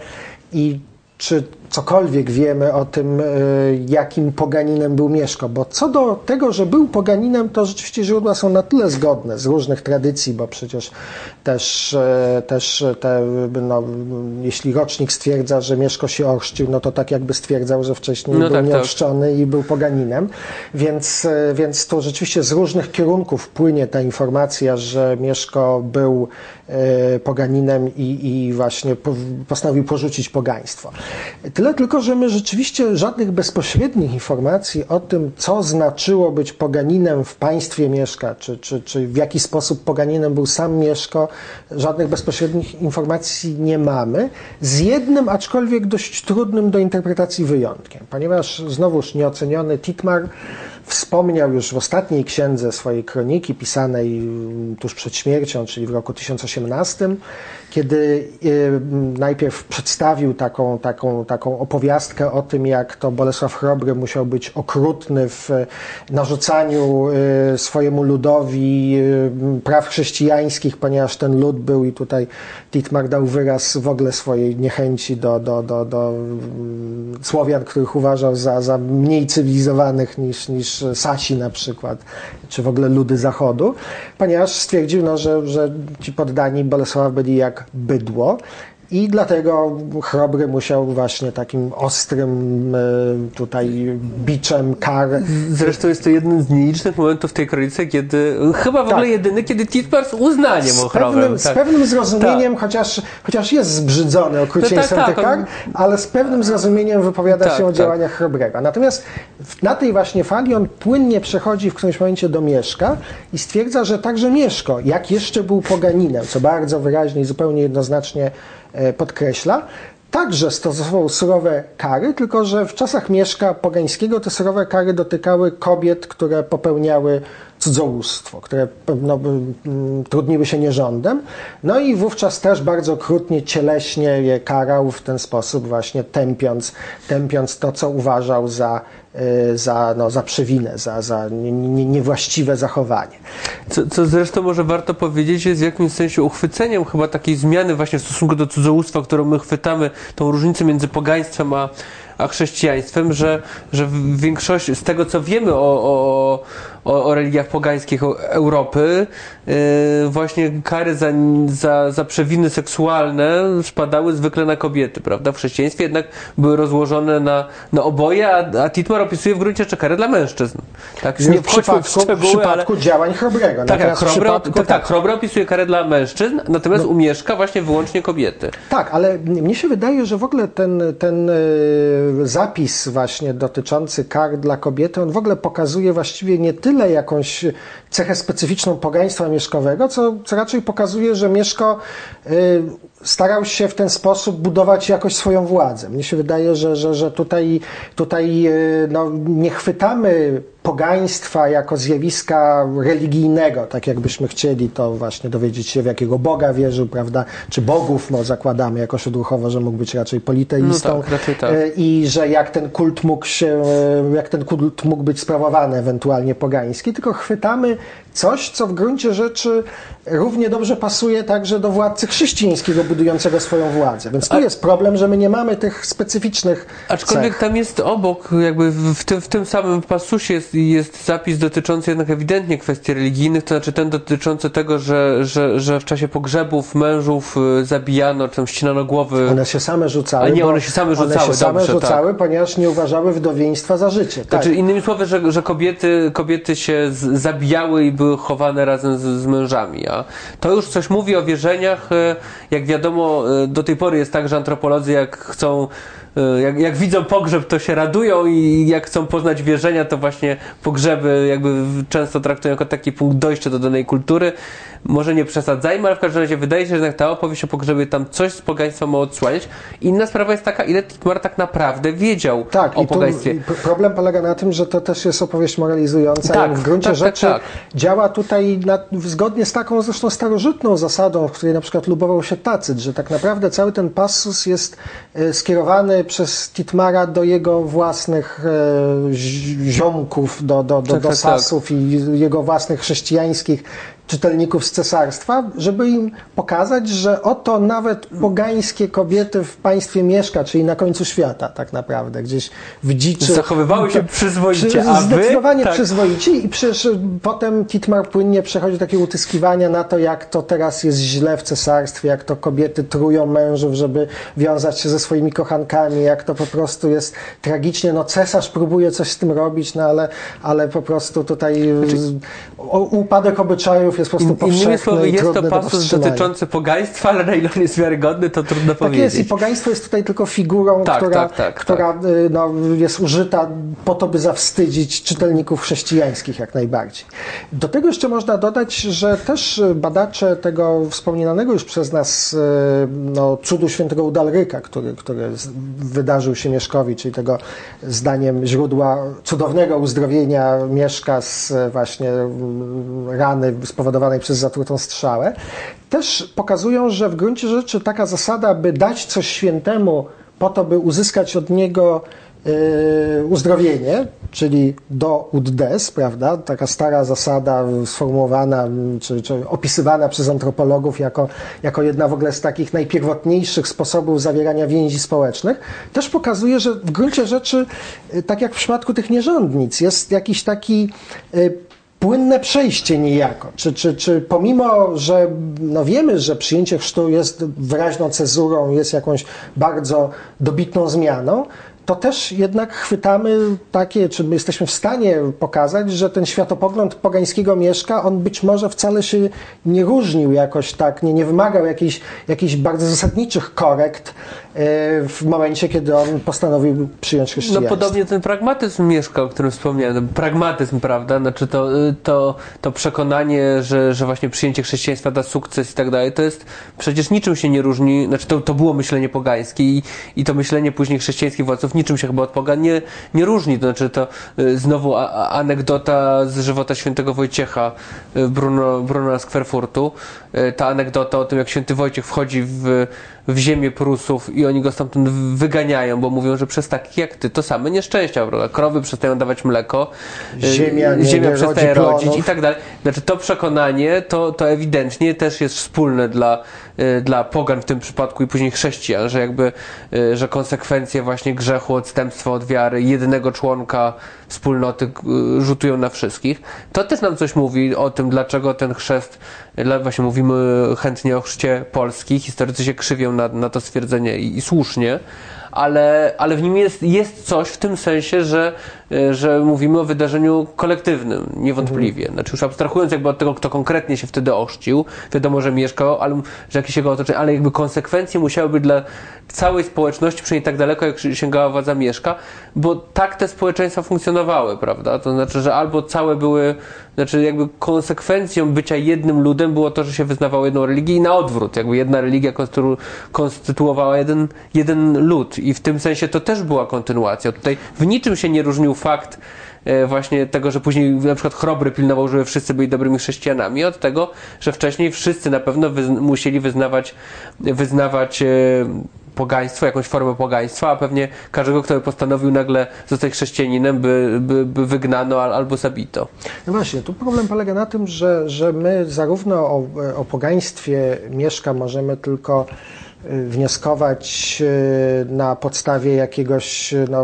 i czy cokolwiek wiemy o tym, jakim poganinem był Mieszko, bo co do tego, że był poganinem, to rzeczywiście źródła są na tyle zgodne z różnych tradycji, bo przecież też, też te, no, jeśli rocznik stwierdza, że Mieszko się ochrzcił, no to tak jakby stwierdzał, że wcześniej no był tak, nieochrzczony tak. i był poganinem, więc, więc to rzeczywiście z różnych kierunków płynie ta informacja, że Mieszko był poganinem i, i właśnie postanowił porzucić pogaństwo. Tyle tylko, że my rzeczywiście żadnych bezpośrednich informacji o tym, co znaczyło być poganinem w państwie Mieszka, czy, czy, czy w jaki sposób poganinem był sam Mieszko, żadnych bezpośrednich informacji nie mamy, z jednym, aczkolwiek dość trudnym do interpretacji wyjątkiem, ponieważ znowuż nieoceniony Titmar wspomniał już w ostatniej księdze swojej kroniki, pisanej tuż przed śmiercią, czyli w roku tysiąc osiemnastym, kiedy najpierw przedstawił taką, taką, taką opowiastkę o tym, jak to Bolesław Chrobry musiał być okrutny w narzucaniu swojemu ludowi praw chrześcijańskich, ponieważ ten lud był, i tutaj Dietmar dał wyraz w ogóle swojej niechęci do, do, do, do Słowian, których uważał za, za mniej cywilizowanych niż, niż Sasi na przykład, czy w ogóle ludy Zachodu, ponieważ stwierdził, no, że, że ci poddani Bolesława byli jak bydło. I dlatego Chrobry musiał właśnie takim ostrym tutaj biczem kar. Zresztą jest to jeden z nielicznych momentów w tej kronice, kiedy, chyba w tak. ogóle jedyny, kiedy Dietmar z uznaniem z ochrowym. Pewnym, tak. Z pewnym zrozumieniem, tak. chociaż, chociaż jest zbrzydzony okrucieństwem no tak, tych tak, kar, on... ale z pewnym zrozumieniem wypowiada tak, się o tak. działaniach Chrobrego. Natomiast na tej właśnie fali on płynnie przechodzi w którymś momencie do Mieszka i stwierdza, że także Mieszko, jak jeszcze był poganinem, co bardzo wyraźnie i zupełnie jednoznacznie podkreśla, także stosował surowe kary, tylko że w czasach Mieszka Pogańskiego te surowe kary dotykały kobiet, które popełniały cudzołóstwo, które no, trudniły się nierządem. No i wówczas też bardzo okrutnie, cieleśnie je karał, w ten sposób właśnie tępiąc, tępiąc to, co uważał za, za, no, za przewinę, za, za nie, niewłaściwe zachowanie. Co, co zresztą może warto powiedzieć, jest w jakimś sensie uchwyceniem chyba takiej zmiany właśnie w stosunku do cudzołóstwa, którą my chwytamy, tą różnicę między pogaństwem a a chrześcijaństwem, że, że w większości, z tego co wiemy o, o, o, o religiach pogańskich Europy, yy, właśnie kary za, za, za przewiny seksualne spadały zwykle na kobiety, prawda? W chrześcijaństwie jednak były rozłożone na, na oboje, a, a Dietmar opisuje w gruncie rzeczy kary dla mężczyzn. Tak, nie w przypadku, w, szczegóły, w przypadku ale... działań Chrobrego. Tak, tak, Chrobry, przypadku, tak, tak, Chrobry opisuje karę dla mężczyzn, natomiast no, u Mieszka właśnie wyłącznie kobiety. Tak, ale mnie się wydaje, że w ogóle ten, ten zapis właśnie dotyczący kar dla kobiety, on w ogóle pokazuje właściwie nie tyle jakąś cechę specyficzną pogaństwa mieszkowego, co, co raczej pokazuje, że Mieszko y, starał się w ten sposób budować jakoś swoją władzę. Mnie się wydaje, że, że, że tutaj, tutaj y, no, nie chwytamy pogaństwa jako zjawiska religijnego, tak jakbyśmy chcieli to właśnie dowiedzieć się, w jakiego Boga wierzył, prawda, czy bogów, no zakładamy jakoś odruchowo, że mógł być raczej politeistą, no tak, raczej tak. I że jak ten kult mógł się, jak ten kult mógł być sprawowany ewentualnie pogański, tylko chwytamy coś, co w gruncie rzeczy równie dobrze pasuje także do władcy chrześcijańskiego budującego swoją władzę. Więc tu A... jest problem, że my nie mamy tych specyficznych Aczkolwiek cech. Tam jest obok, jakby w tym, w tym samym pasusie jest, jest zapis dotyczący jednak ewidentnie kwestii religijnych, to znaczy ten dotyczący tego, że, że, że w czasie pogrzebów mężów zabijano, czy tam ścinano głowy. One się same rzucały. A nie, one się same rzucały. One się same dobrze, rzucały, tak. ponieważ nie uważały wdowieństwa za życie. Tak. Znaczy, innymi słowy, że, że kobiety, kobiety się z, zabijały i były chowane razem z, z mężami. A to już coś mówi o wierzeniach. Jak wiadomo, do tej pory jest tak, że antropolodzy jak chcą Jak, jak widzą pogrzeb, to się radują i jak chcą poznać wierzenia, to właśnie pogrzeby jakby często traktują jako taki punkt dojścia do danej kultury. Może nie przesadzajmy, ale w każdym razie wydaje się, że jednak ta opowieść o pogrzebie tam coś z pogaństwa ma odsłaniać. Inna sprawa jest taka, ile Dietmar tak naprawdę wiedział tak, o i pogaństwie. Tu problem polega na tym, że to też jest opowieść moralizująca tak, i w gruncie tak, rzeczy tak, tak. działa tutaj na, zgodnie z taką zresztą starożytną zasadą, w której na przykład lubował się Tacyt, że tak naprawdę cały ten passus jest e, skierowany przez Dietmara do jego własnych e, ziomków, do, do, do, tak, do tak, Sasów tak. i jego własnych chrześcijańskich czytelników z cesarstwa, żeby im pokazać, że oto nawet pogańskie kobiety w państwie Mieszka, czyli na końcu świata tak naprawdę, gdzieś w dziczy. Zachowywały się przyzwoicie, przy, a wy? Zdecydowanie Tak. przyzwoicie i przecież potem Dietmar płynnie przechodzi do takiego utyskiwania na to, jak to teraz jest źle w cesarstwie, jak to kobiety trują mężów, żeby wiązać się ze swoimi kochankami, jak to po prostu jest tragicznie. No cesarz próbuje coś z tym robić, no ale, ale po prostu tutaj znaczy... upadek obyczajów jest po prostu In, powszechny innymi słowy, i jest to trudny do pasus powstrzymania. dotyczący pogaństwa, ale na ile on jest wiarygodny, to trudno Tak powiedzieć. jest i pogaństwo jest tutaj tylko figurą, Tak, która, tak, tak, która no, jest użyta po to, by zawstydzić czytelników chrześcijańskich jak najbardziej. Do tego jeszcze można dodać, że też badacze tego wspomnianego już przez nas no, cudu świętego Udalryka, który, który wydarzył się Mieszkowi, czyli tego zdaniem źródła cudownego uzdrowienia Mieszka z właśnie rany spowodowanej przez zatrutą strzałę, też pokazują, że w gruncie rzeczy taka zasada, by dać coś świętemu po to, by uzyskać od niego yy, uzdrowienie, czyli do ud des, prawda, taka stara zasada sformułowana czy, czy opisywana przez antropologów jako, jako jedna w ogóle z takich najpierwotniejszych sposobów zawierania więzi społecznych, też pokazuje, że w gruncie rzeczy, tak jak w przypadku tych nierządnic, jest jakiś taki yy, płynne przejście niejako. Czy, czy, czy pomimo, że no wiemy, że przyjęcie chrztu jest wyraźną cezurą, jest jakąś bardzo dobitną zmianą, to też jednak chwytamy takie, czy my jesteśmy w stanie pokazać, że ten światopogląd pogańskiego Mieszka, on być może wcale się nie różnił jakoś tak, nie, nie wymagał jakichś, jakichś bardzo zasadniczych korekt w momencie, kiedy on postanowił przyjąć chrześcijaństwo. No podobnie ten pragmatyzm Mieszka, o którym wspomniałem, pragmatyzm, prawda, znaczy to, to, to przekonanie, że, że właśnie przyjęcie chrześcijaństwa da sukces i tak dalej, to jest przecież niczym się nie różni, znaczy to, to było myślenie pogańskie i, i to myślenie później chrześcijańskich władców niczym się chyba od pogan nie, nie różni, to znaczy to znowu a, a anegdota z żywota świętego Wojciecha Bruno, Bruno z Querfurtu, ta anegdota o tym, jak święty Wojciech wchodzi w, w ziemię Prusów i oni go stamtąd wyganiają, bo mówią, że przez takich jak ty to same nieszczęścia, prawda? Krowy przestają dawać mleko, ziemia, nie, ziemia nie przestaje rodzi rodzić plonów. i tak dalej. Znaczy to przekonanie, to, to ewidentnie też jest wspólne dla, dla pogan w tym przypadku i później chrześcijan, że jakby, że konsekwencje właśnie grzechu, odstępstwa od wiary, jednego członka wspólnoty rzutują na wszystkich. To też nam coś mówi o tym, dlaczego ten chrzest, właśnie mówimy chętnie o chrzcie polski, historycy się krzywią na, na to stwierdzenie i, i słusznie, ale, ale w nim jest, jest coś w tym sensie, że, że mówimy o wydarzeniu kolektywnym, niewątpliwie. Znaczy już abstrahując jakby od tego, kto konkretnie się wtedy ochrzcił, wiadomo, że mieszkał, ale, że jakieś jego otoczenie, ale jakby konsekwencje musiały być dla całej społeczności, przynajmniej tak daleko, jak sięgała władza Mieszka, bo tak te społeczeństwa funkcjonowały, prawda? To znaczy, że albo całe były, znaczy jakby konsekwencją bycia jednym ludem było to, że się wyznawało jedną religię i na odwrót, jakby jedna religia konstytu- konstytuowała jeden, jeden lud i w tym sensie to też była kontynuacja. Tutaj w niczym się nie różnił fakt e, właśnie tego, że później na przykład Chrobry pilnował, żeby wszyscy byli dobrymi chrześcijanami, od tego, że wcześniej wszyscy na pewno wyzn- musieli wyznawać, wyznawać e, pogaństwo, jakąś formę pogaństwa, a pewnie każdego, kto by postanowił nagle zostać chrześcijaninem, by, by, by wygnano albo zabito. No właśnie, tu problem polega na tym, że, że my zarówno o, o pogaństwie Mieszka możemy tylko wnioskować na podstawie jakiegoś no,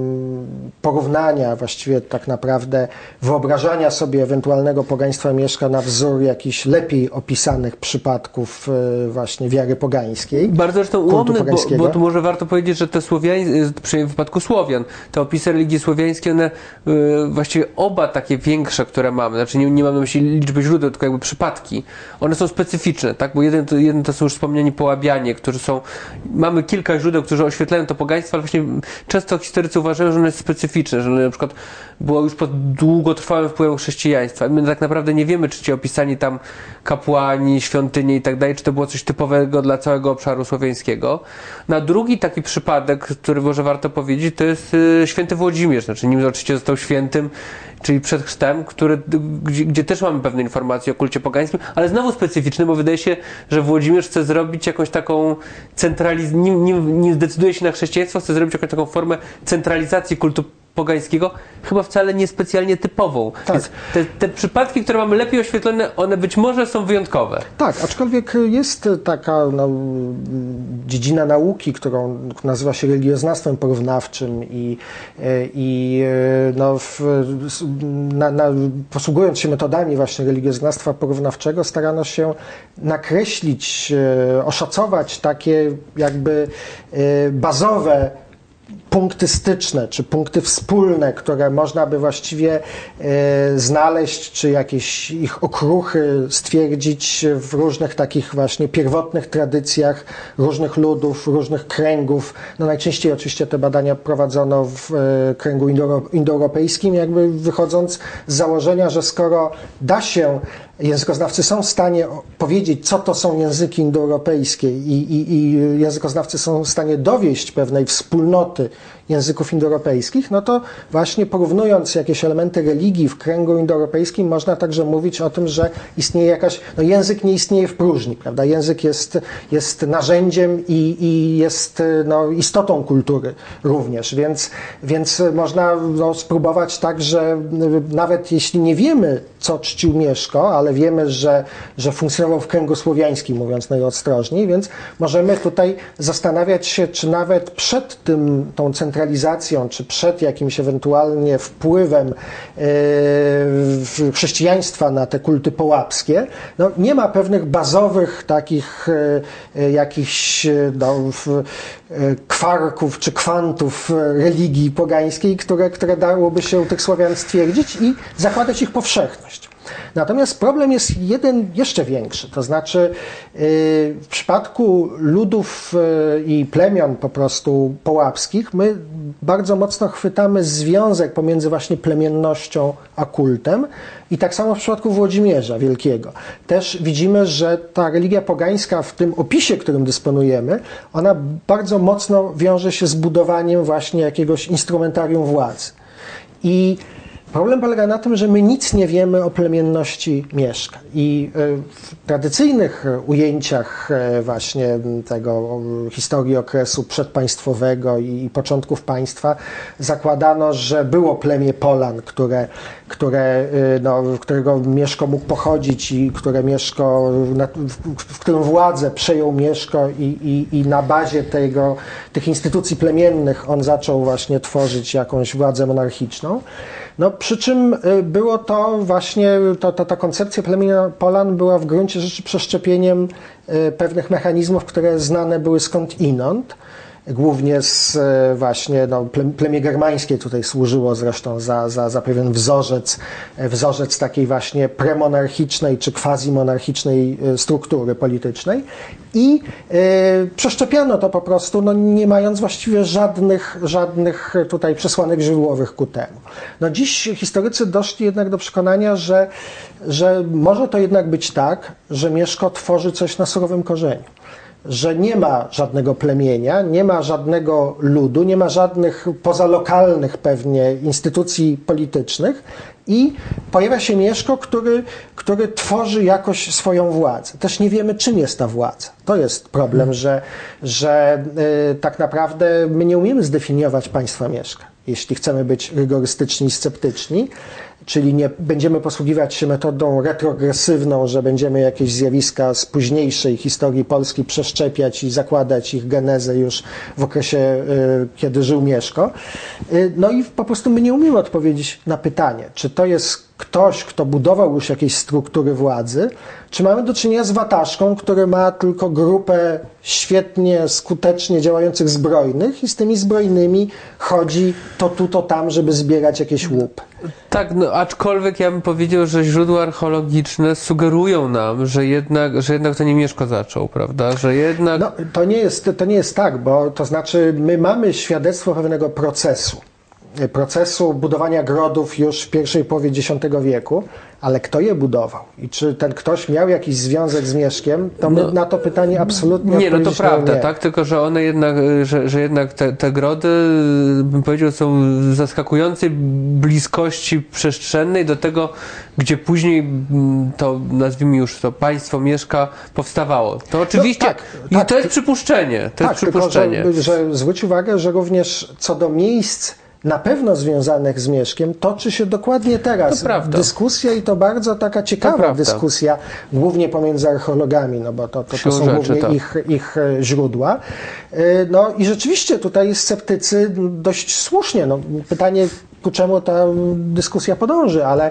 porównania, właściwie tak naprawdę wyobrażania sobie ewentualnego pogaństwa Mieszka na wzór jakichś lepiej opisanych przypadków właśnie wiary pogańskiej. Bardzo zresztą ułomnych, bo, bo tu może warto powiedzieć, że te Słowiańskie, przynajmniej w wypadku Słowian, te opisy religii słowiańskiej, one yy, właściwie oba takie większe, które mamy, znaczy nie, nie mam na myśli liczby źródeł, tylko jakby przypadki, one są specyficzne, tak? Bo jeden to, jeden to są już wspomniani Połabianie, którzy są, mamy kilka źródeł, którzy oświetlają to pogaństwo, ale właśnie często historycy uważają, że ono jest specyficzne, że ono na przykład było już pod długotrwałym wpływem chrześcijaństwa. My tak naprawdę nie wiemy, czy ci opisani tam kapłani, świątynie i tak dalej, czy to było coś typowego dla całego obszaru słowiańskiego. Na drugi taki przypadek, który może warto powiedzieć, to jest y, święty Włodzimierz, znaczy nim oczywiście został świętym, czyli przed chrztem, który, gdzie, gdzie też mamy pewne informacje o kulcie pogańskim, ale znowu specyficzny, bo wydaje się, że Włodzimierz chce zrobić jakąś taką centralizację, nie, nie, nie zdecyduje się na chrześcijaństwo, chce zrobić jakąś taką formę centralizacji kultu pogańskiego, chyba wcale niespecjalnie typową. Tak. Więc te, te przypadki, które mamy lepiej oświetlone, one być może są wyjątkowe. Tak, aczkolwiek jest taka no, dziedzina nauki, którą nazywa się religioznawstwem porównawczym i, i no, w, na, na, posługując się metodami właśnie religioznawstwa porównawczego, starano się nakreślić, oszacować takie jakby bazowe punkty styczne, czy punkty wspólne, które można by właściwie e, znaleźć, czy jakieś ich okruchy stwierdzić w różnych takich właśnie pierwotnych tradycjach różnych ludów, różnych kręgów. No najczęściej oczywiście te badania prowadzono w e, kręgu indo, indoeuropejskim, jakby wychodząc z założenia, że skoro da się, językoznawcy są w stanie powiedzieć, co to są języki indoeuropejskie i, i, i językoznawcy są w stanie dowieść pewnej wspólnoty języków indoeuropejskich, no to właśnie porównując jakieś elementy religii w kręgu indoeuropejskim, można także mówić o tym, że istnieje jakaś, no język nie istnieje w próżni, prawda? Język jest, jest narzędziem i, i jest no, istotą kultury również, więc, więc można no, spróbować tak, że nawet jeśli nie wiemy, co czcił Mieszko, ale wiemy, że, że funkcjonował w kręgu słowiańskim, mówiąc najostrożniej, więc możemy tutaj zastanawiać się, czy nawet przed tym, tą centralizacją, czy przed jakimś ewentualnie wpływem yy, chrześcijaństwa na te kulty połapskie, no, nie ma pewnych bazowych takich yy, jakichś no, yy, kwarków czy kwantów religii pogańskiej, które, które dałoby się u tych Słowian stwierdzić i zakładać ich powszechność. Natomiast problem jest jeden jeszcze większy, to znaczy w przypadku ludów i plemion po prostu połapskich my bardzo mocno chwytamy związek pomiędzy właśnie plemiennością a kultem i tak samo w przypadku Włodzimierza Wielkiego. Też widzimy, że ta religia pogańska w tym opisie, którym dysponujemy, ona bardzo mocno wiąże się z budowaniem właśnie jakiegoś instrumentarium władzy. I problem polega na tym, że my nic nie wiemy o plemienności Mieszka i w tradycyjnych ujęciach właśnie tego historii okresu przedpaństwowego i początków państwa zakładano, że było plemię Polan, które, które, no, którego Mieszko mógł pochodzić i które Mieszko, w którym władzę przejął Mieszko i, i, i na bazie tego, tych instytucji plemiennych on zaczął właśnie tworzyć jakąś władzę monarchiczną. No, przy czym było to właśnie, to, to, ta koncepcja plemienia Polan była w gruncie rzeczy przeszczepieniem pewnych mechanizmów, które znane były skądinąd. Głównie z właśnie, no, plemię germańskie tutaj służyło zresztą za, za, za pewien wzorzec, wzorzec takiej właśnie premonarchicznej czy quasi-monarchicznej struktury politycznej i y, przeszczepiano to po prostu, no, nie mając właściwie żadnych, żadnych tutaj przesłanek źródłowych ku temu. No, dziś historycy doszli jednak do przekonania, że, że może to jednak być tak, że Mieszko tworzy coś na surowym korzeniu. Że nie ma żadnego plemienia, nie ma żadnego ludu, nie ma żadnych pozalokalnych pewnie instytucji politycznych i pojawia się Mieszko, który, który tworzy jakoś swoją władzę. Też nie wiemy, czym jest ta władza. To jest problem, że, że yy, tak naprawdę my nie umiemy zdefiniować państwa Mieszka, jeśli chcemy być rygorystyczni i sceptyczni. Czyli nie będziemy posługiwać się metodą retrogresywną, że będziemy jakieś zjawiska z późniejszej historii Polski przeszczepiać i zakładać ich genezę już w okresie, y, kiedy żył Mieszko. Y, no i po prostu my nie umiemy odpowiedzieć na pytanie, czy to jest ktoś, kto budował już jakieś struktury władzy, czy mamy do czynienia z wataszką, który ma tylko grupę świetnie, skutecznie działających zbrojnych i z tymi zbrojnymi chodzi to tu, to tam, żeby zbierać jakieś łupy. Tak, no aczkolwiek ja bym powiedział, że źródła archeologiczne sugerują nam, że jednak, że jednak to nie Mieszko zaczął, prawda? Że jednak... No, to nie jest, to nie jest tak, bo to znaczy my mamy świadectwo pewnego procesu. procesu budowania grodów już w pierwszej połowie dziesiątego wieku, ale kto je budował? I czy ten ktoś miał jakiś związek z Mieszkiem? To my no, na to pytanie absolutnie nie, no to prawda, nie. tak? Tylko, że one jednak, że, że jednak te, te grody, bym powiedział, są zaskakującej bliskości przestrzennej do tego, gdzie później to, nazwijmy już to, państwo Mieszka powstawało. To oczywiście, no, tak, i tak, to jest przypuszczenie. To tak, jest przypuszczenie. Tylko, że, że zwróć uwagę, że również co do miejsc na pewno związanych z Mieszkiem toczy się dokładnie teraz dyskusja i to bardzo taka ciekawa dyskusja, głównie pomiędzy archeologami, no bo to, to, to są rzeczy, głównie tak. ich, ich źródła. No i rzeczywiście tutaj sceptycy dość słusznie, no pytanie, ku czemu ta dyskusja podąży, ale,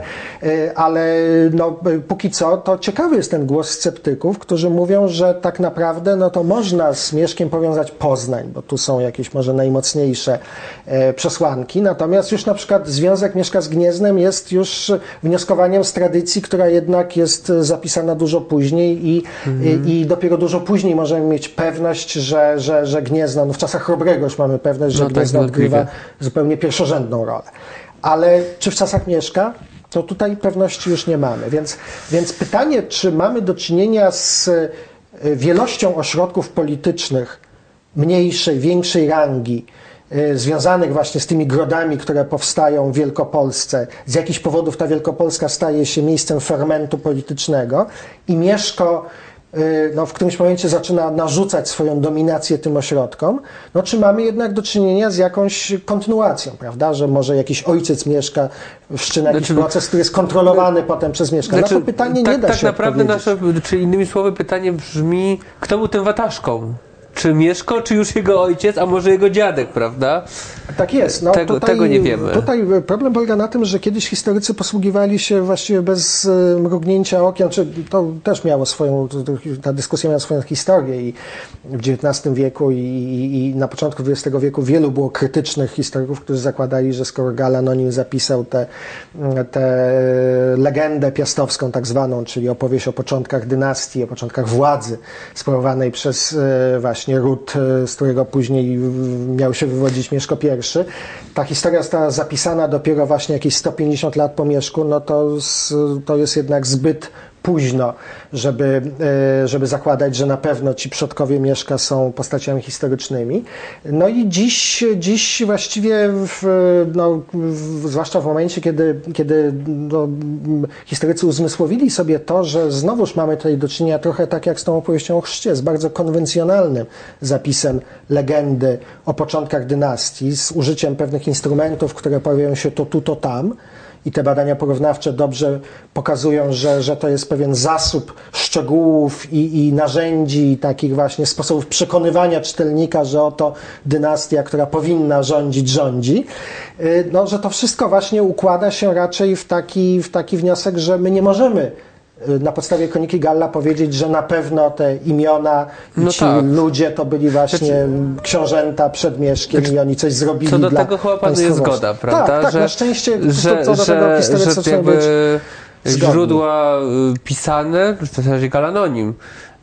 ale no, póki co to ciekawy jest ten głos sceptyków, którzy mówią, że tak naprawdę no, to można z Mieszkiem powiązać Poznań, bo tu są jakieś może najmocniejsze przesłanki, natomiast już na przykład związek Mieszka z Gnieznem jest już wnioskowaniem z tradycji, która jednak jest zapisana dużo później i, mhm. i, i dopiero dużo później możemy mieć pewność, że, że, że Gniezno, no w czasach Chrobrego już mamy pewność, że no Gniezno tak, odgrywa zupełnie pierwszorzędną rolę. Ale czy w czasach Mieszka? To tutaj pewności już nie mamy. Więc, więc pytanie, czy mamy do czynienia z wielością ośrodków politycznych mniejszej, większej rangi, związanych właśnie z tymi grodami, które powstają w Wielkopolsce. Z jakichś powodów ta Wielkopolska staje się miejscem fermentu politycznego i Mieszko no, w którymś momencie zaczyna narzucać swoją dominację tym ośrodkom, no czy mamy jednak do czynienia z jakąś kontynuacją, prawda, że może jakiś ojciec Mieszka wszczyna jakiś znaczy, proces, który jest kontrolowany no, potem przez Mieszka. Znaczy, na to pytanie tak, nie da tak się naprawdę nasze, czy innymi słowy pytanie brzmi, kto był tym wataszką? Czy Mieszko, czy już jego ojciec, a może jego dziadek, prawda? Tak jest. No, tego, tutaj, tego nie wiemy. Tutaj problem polega na tym, że kiedyś historycy posługiwali się właściwie bez mrugnięcia okiem, czy to też miało swoją, ta dyskusja miała swoją historię i w dziewiętnastym wieku i, i, i na początku dwudziestego wieku wielu było krytycznych historyków, którzy zakładali, że skoro Gall Anonim zapisał tę te, te legendę piastowską tak zwaną, czyli opowieść o początkach dynastii, o początkach władzy sprawowanej przez właśnie ród, z którego później miał się wywodzić Mieszko I. Ta historia została zapisana dopiero właśnie jakieś sto pięćdziesiąt lat po Mieszku, no to, to jest jednak zbyt późno, żeby, żeby zakładać, że na pewno ci przodkowie Mieszka są postaciami historycznymi. No i dziś, dziś właściwie, w, no, w, zwłaszcza w momencie, kiedy, kiedy no, historycy uzmysłowili sobie to, że znowuż mamy tutaj do czynienia trochę tak jak z tą opowieścią o chrzcie, z bardzo konwencjonalnym zapisem legendy o początkach dynastii, z użyciem pewnych instrumentów, które pojawiają się to tu, to tam. I te badania porównawcze dobrze pokazują, że, że to jest pewien zasób szczegółów i, i narzędzi, i takich właśnie sposobów przekonywania czytelnika, że oto dynastia, która powinna rządzić, rządzi. No, że to wszystko właśnie układa się raczej w taki, w taki wniosek, że my nie możemy na podstawie kroniki Galla powiedzieć, że na pewno te imiona i no ci tak. ludzie to byli właśnie znaczy, książęta przed Mieszkiem znaczy, i oni coś zrobili co do dla tego chyba panuje zgoda, prawda? Tak, tak, że, na szczęście że, co do że, tego historycy że jakby być zgodni. źródła pisane, w zasadzie Gall Anonim,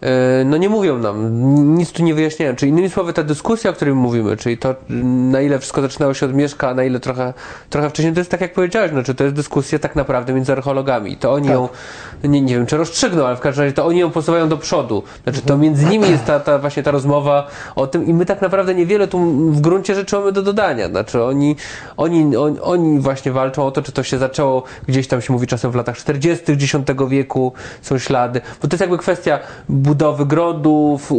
no nie mówią nam, nic tu nie wyjaśniają. Czyli innymi słowy, ta dyskusja, o której mówimy, czyli to, na ile wszystko zaczynało się od Mieszka, a na ile trochę, trochę wcześniej, to jest tak jak powiedziałeś, no, czy to jest dyskusja tak naprawdę między archeologami. To oni tak. ją, nie, nie wiem, czy rozstrzygną, ale w każdym razie to oni ją posuwają do przodu. Znaczy to między nimi jest ta, ta właśnie ta rozmowa o tym i my tak naprawdę niewiele tu w gruncie rzeczy mamy do dodania. Znaczy oni, oni, on, oni właśnie walczą o to, czy to się zaczęło, gdzieś tam się mówi czasem w latach czterdziestych dziesiątego wieku, są ślady, bo to jest jakby kwestia budowy grodów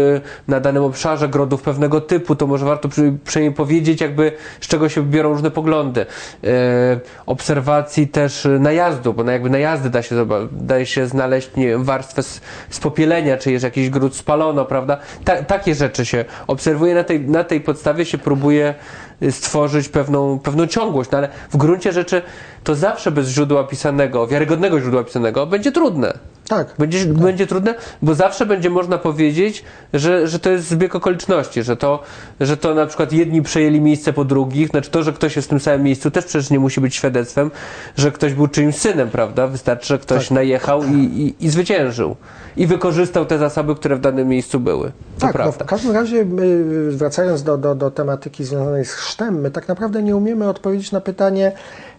na danym obszarze, grodów pewnego typu, to może warto przynajmniej powiedzieć, jakby z czego się biorą różne poglądy. E, obserwacji też najazdu, bo na jakby najazdy da się, da się znaleźć, nie wiem, warstwę z, z popielenia, czy jest jakiś gród spalono, prawda? Ta, takie rzeczy się obserwuje, na tej, na tej podstawie się próbuje stworzyć pewną, pewną ciągłość, no ale w gruncie rzeczy to zawsze bez źródła pisanego, wiarygodnego źródła pisanego będzie trudne. Tak. Będzie, tak. będzie trudne, bo zawsze będzie można powiedzieć, że, że to jest zbieg okoliczności, że to, że to na przykład jedni przejęli miejsce po drugich, znaczy to, że ktoś jest w tym samym miejscu też przecież nie musi być świadectwem, że ktoś był czyimś synem, prawda? Wystarczy, że ktoś tak. najechał i, i, i zwyciężył. I wykorzystał te zasoby, które w danym miejscu były. To tak, prawda. No w każdym razie, my, wracając do, do, do tematyki związanej z chrztem, my tak naprawdę nie umiemy odpowiedzieć na pytanie,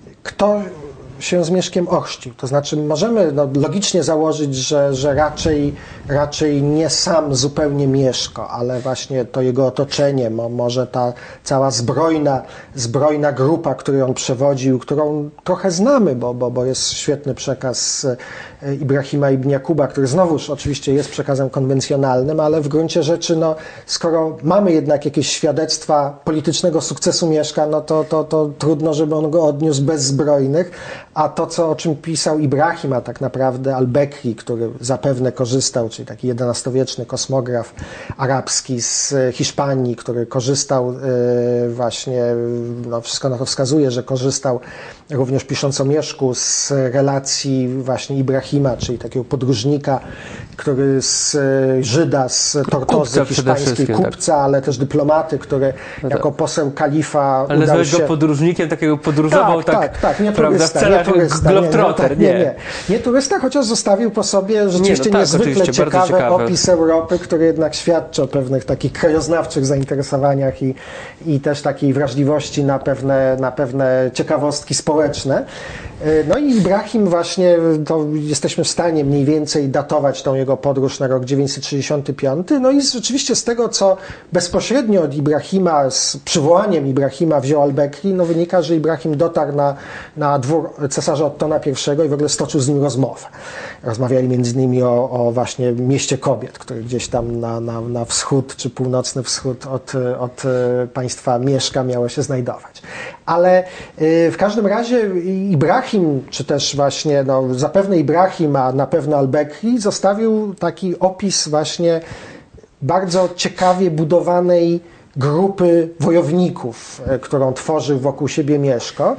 kto się z Mieszkiem ochrzcił. To znaczy możemy no, logicznie założyć, że, że raczej, raczej nie sam zupełnie Mieszko, ale właśnie to jego otoczenie, mo, może ta cała zbrojna, zbrojna grupa, którą on przewodził, którą trochę znamy, bo, bo, bo jest świetny przekaz Ibrahima ibn Jakuba, który znowuż oczywiście jest przekazem konwencjonalnym, ale w gruncie rzeczy, no, skoro mamy jednak jakieś świadectwa politycznego sukcesu Mieszka, no to, to, to trudno, żeby on go odniósł bez zbrojnych, a to, co, o czym pisał Ibrahim, a tak naprawdę al-Bekri, który zapewne korzystał, czyli taki jedenastowieczny kosmograf arabski z Hiszpanii, który korzystał y, właśnie, no wszystko na to wskazuje, że korzystał również pisząc o Mieszku z relacji właśnie Ibrahima, czyli takiego podróżnika, który z Żyda, z Tortozy hiszpańskiej, kupca, tak. ale też dyplomaty, który no jako poseł kalifa ale udał się... go podróżnikiem, takiego podróżował tak, tak, tak, tak, nie prawda, turysta, w celach nie turysta, Globetrotter, nie, nie, nie, nie, nie turysta, chociaż zostawił po sobie rzeczywiście nie, no tak, niezwykle ciekawy ciekawe. opis Europy, który jednak świadczy o pewnych takich krajoznawczych zainteresowaniach i, i też takiej wrażliwości na pewne, na pewne ciekawostki społeczne. No i Ibrahim właśnie, to jesteśmy w stanie mniej więcej datować tą jego podróż na rok dziewięćset sześćdziesiąty piąty. No i rzeczywiście z tego, co bezpośrednio od Ibrahima, z przywołaniem Ibrahima wziął al-Bekri, no wynika, że Ibrahim dotarł na, na dwór cesarza Ottona pierwszego i w ogóle stoczył z nim rozmowę. Rozmawiali między innymi o, o właśnie mieście kobiet, które gdzieś tam na, na, na wschód, czy północny wschód od, od państwa Mieszka miało się znajdować. Ale w każdym razie Ibrahim, czy też właśnie, no zapewne Ibrahim, a na pewno al-Bekri zostawił taki opis właśnie bardzo ciekawie budowanej grupy wojowników, którą tworzył wokół siebie Mieszko.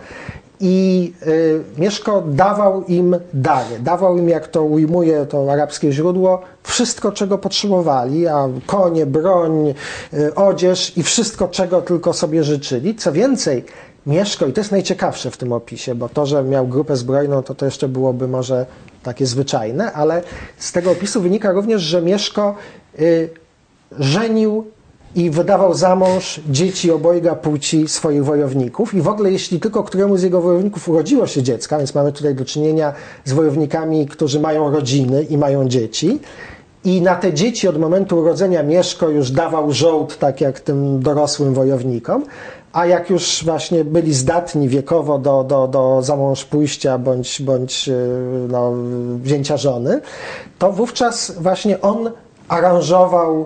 I y, Mieszko dawał im dary, dawał im, jak to ujmuje to arabskie źródło, wszystko, czego potrzebowali, a konie, broń, y, odzież i wszystko, czego tylko sobie życzyli. Co więcej, Mieszko, i to jest najciekawsze w tym opisie, bo to, że miał grupę zbrojną, to to jeszcze byłoby może takie zwyczajne, ale z tego opisu wynika również, że Mieszko y, żenił i wydawał za mąż dzieci obojga płci swoich wojowników i w ogóle jeśli tylko któremuś z jego wojowników urodziło się dziecka, więc mamy tutaj do czynienia z wojownikami, którzy mają rodziny i mają dzieci, i na te dzieci od momentu urodzenia Mieszko już dawał żołd, tak jak tym dorosłym wojownikom, a jak już właśnie byli zdatni wiekowo do, do, do zamąż pójścia bądź, bądź no, wzięcia żony, to wówczas właśnie on aranżował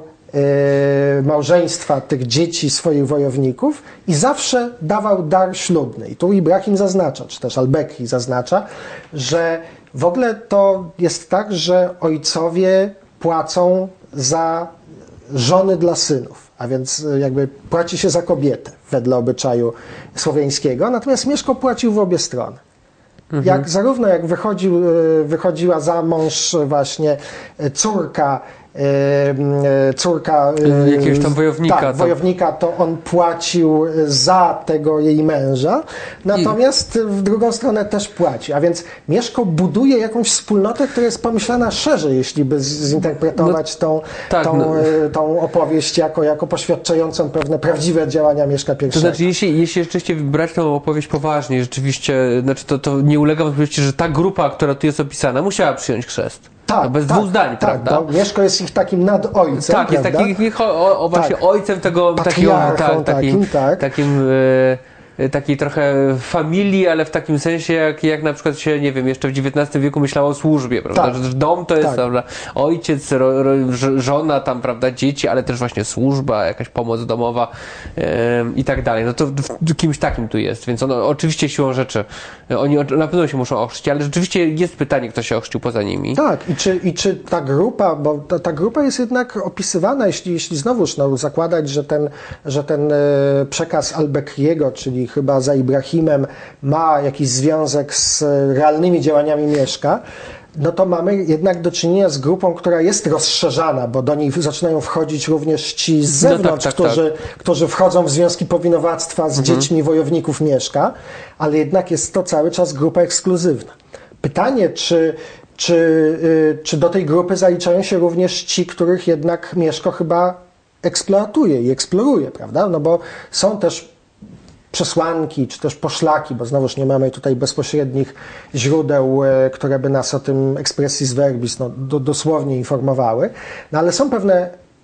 małżeństwa tych dzieci swoich wojowników i zawsze dawał dar ślubny. I tu Ibrahim zaznacza, czy też al-Bekri zaznacza, że w ogóle to jest tak, że ojcowie płacą za żony dla synów, a więc jakby płaci się za kobietę wedle obyczaju słowiańskiego, natomiast Mieszko płacił w obie strony. Mhm. Jak zarówno jak wychodził, wychodziła za mąż właśnie córka córka jakiegoś tam wojownika, tak, wojownika, to on płacił za tego jej męża, natomiast I... w drugą stronę też płaci, a więc Mieszko buduje jakąś wspólnotę, która jest pomyślana szerzej, jeśli by zinterpretować no, tą, tak, tą, no. tą opowieść jako, jako poświadczającą pewne prawdziwe działania Mieszka pierwszego. To znaczy, jeśli, jeśli rzeczywiście brać tą opowieść poważnie, rzeczywiście, znaczy to, to nie ulega wątpliwości, że ta grupa, która tu jest opisana, musiała przyjąć chrzest. Tak, no bez tak, dwóch zdań, tak, prawda? Bo Mieszko jest ich takim nadojcem, tak, prawda? jest taki, o, o, właśnie tak. ojcem tego takiego, tak, takim, takim, tak. takim e, takiej trochę familii, ale w takim sensie, jak, jak na przykład się, nie wiem, jeszcze w dziewiętnastym wieku myślało o służbie, prawda? Tak. Że dom to jest, tak. prawda, ojciec, ro, ro, żona tam, prawda, dzieci, ale też właśnie służba, jakaś pomoc domowa e, i tak dalej. No to w, w, kimś takim tu jest, więc ono, oczywiście siłą rzeczy, oni na pewno się muszą ochrzcić, ale rzeczywiście jest pytanie, kto się ochrzcił poza nimi. Tak, i czy, i czy ta grupa, bo ta, ta grupa jest jednak opisywana, jeśli, jeśli znowuż no, zakładać, że ten, że ten e, przekaz al-Bekriego, czyli chyba za Ibrahimem, ma jakiś związek z realnymi działaniami Mieszka, no to mamy jednak do czynienia z grupą, która jest rozszerzana, bo do niej zaczynają wchodzić również ci z zewnątrz, no tak, tak, którzy, tak. którzy wchodzą w związki powinowactwa z mhm. dziećmi wojowników Mieszka, ale jednak jest to cały czas grupa ekskluzywna. Pytanie, czy, czy, yy, czy do tej grupy zaliczają się również ci, których jednak Mieszko chyba eksploatuje i eksploruje, prawda? No bo są też przesłanki, czy też poszlaki, bo znowuż nie mamy tutaj bezpośrednich źródeł, które by nas o tym expressis verbis no, do, dosłownie informowały, no ale są pewne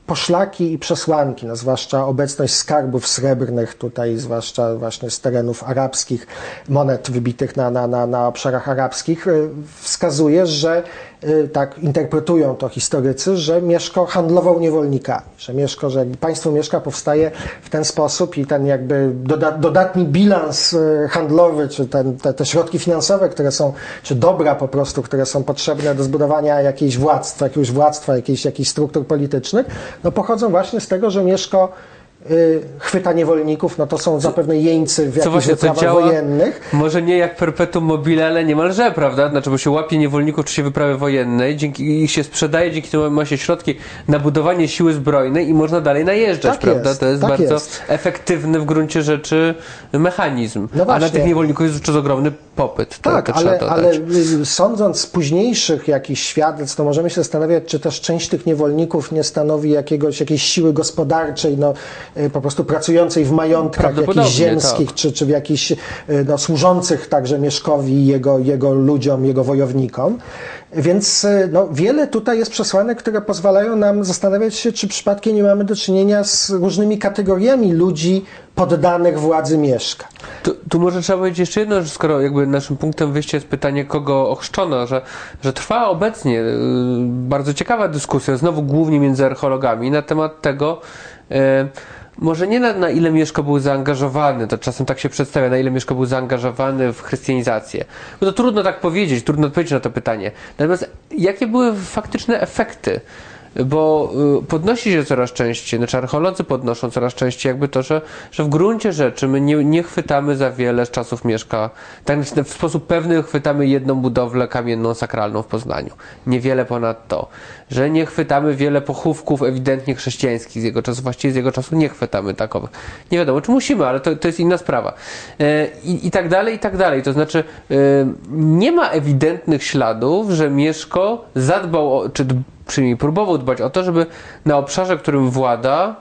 poszlaki i przesłanki, no zwłaszcza obecność skarbów srebrnych tutaj, zwłaszcza właśnie z terenów arabskich, monet wybitych na, na, na, na obszarach arabskich, wskazuje, że tak interpretują to historycy, że Mieszko handlował niewolnikami, że Mieszko, że jakby państwo Mieszka powstaje w ten sposób i ten jakby doda, dodatni bilans handlowy, czy ten, te, te środki finansowe, które są, czy dobra po prostu, które są potrzebne do zbudowania jakiejś władztwa, jakiegoś władztwa, jakichś, jakichś struktur politycznych, no pochodzą właśnie z tego, że Mieszko y, chwyta niewolników, no to są zapewne jeńcy w jakichś wyprawach wojennych. Może nie jak perpetuum mobile, ale niemalże, prawda? Znaczy, bo się łapie niewolników w czasie wyprawy wojennej, dzięki ich się sprzedaje, dzięki temu ma się środki na budowanie siły zbrojnej i można dalej najeżdżać, tak prawda? Jest, to jest tak bardzo jest. efektywny w gruncie rzeczy mechanizm. No a na tych niewolników jest już ogromny popyt. To, tak, to ale, trzeba ale sądząc z późniejszych jakichś świadectw, to możemy się zastanawiać, czy też część tych niewolników nie stanowi jakiegoś, jakiejś siły gospodarczej, no, po prostu pracującej w majątkach jakichś ziemskich, tak. czy, czy w jakichś no, służących także Mieszkowi, jego, jego ludziom, jego wojownikom. Więc no, wiele tutaj jest przesłanek, które pozwalają nam zastanawiać się, czy przypadkiem nie mamy do czynienia z różnymi kategoriami ludzi poddanych władzy Mieszka. Tu, tu może trzeba powiedzieć jeszcze jedno, że skoro jakby naszym punktem wyjścia jest pytanie, kogo ochrzczono, że, że trwa obecnie yy, bardzo ciekawa dyskusja, znowu głównie między archeologami, na temat tego, yy, może nie na, na ile Mieszko był zaangażowany, to czasem tak się przedstawia, na ile Mieszko był zaangażowany w chrystianizację. Bo to trudno tak powiedzieć, trudno odpowiedzieć na to pytanie. Natomiast jakie były faktyczne efekty? Bo y, podnosi się coraz częściej, znaczy archeolodzy podnoszą coraz częściej jakby to, że, że w gruncie rzeczy my nie, nie chwytamy za wiele z czasów Mieszka. Tak w sposób pewny chwytamy jedną budowlę kamienną sakralną w Poznaniu. Niewiele ponad to. Że nie chwytamy wiele pochówków ewidentnie chrześcijańskich z jego czasu, właściwie z jego czasu nie chwytamy takowych. Nie wiadomo, czy musimy, ale to, to jest inna sprawa. E, i, I tak dalej, i tak dalej. To znaczy e, nie ma ewidentnych śladów, że Mieszko zadbał o, czy przynajmniej próbował dbać o to, żeby na obszarze, którym włada,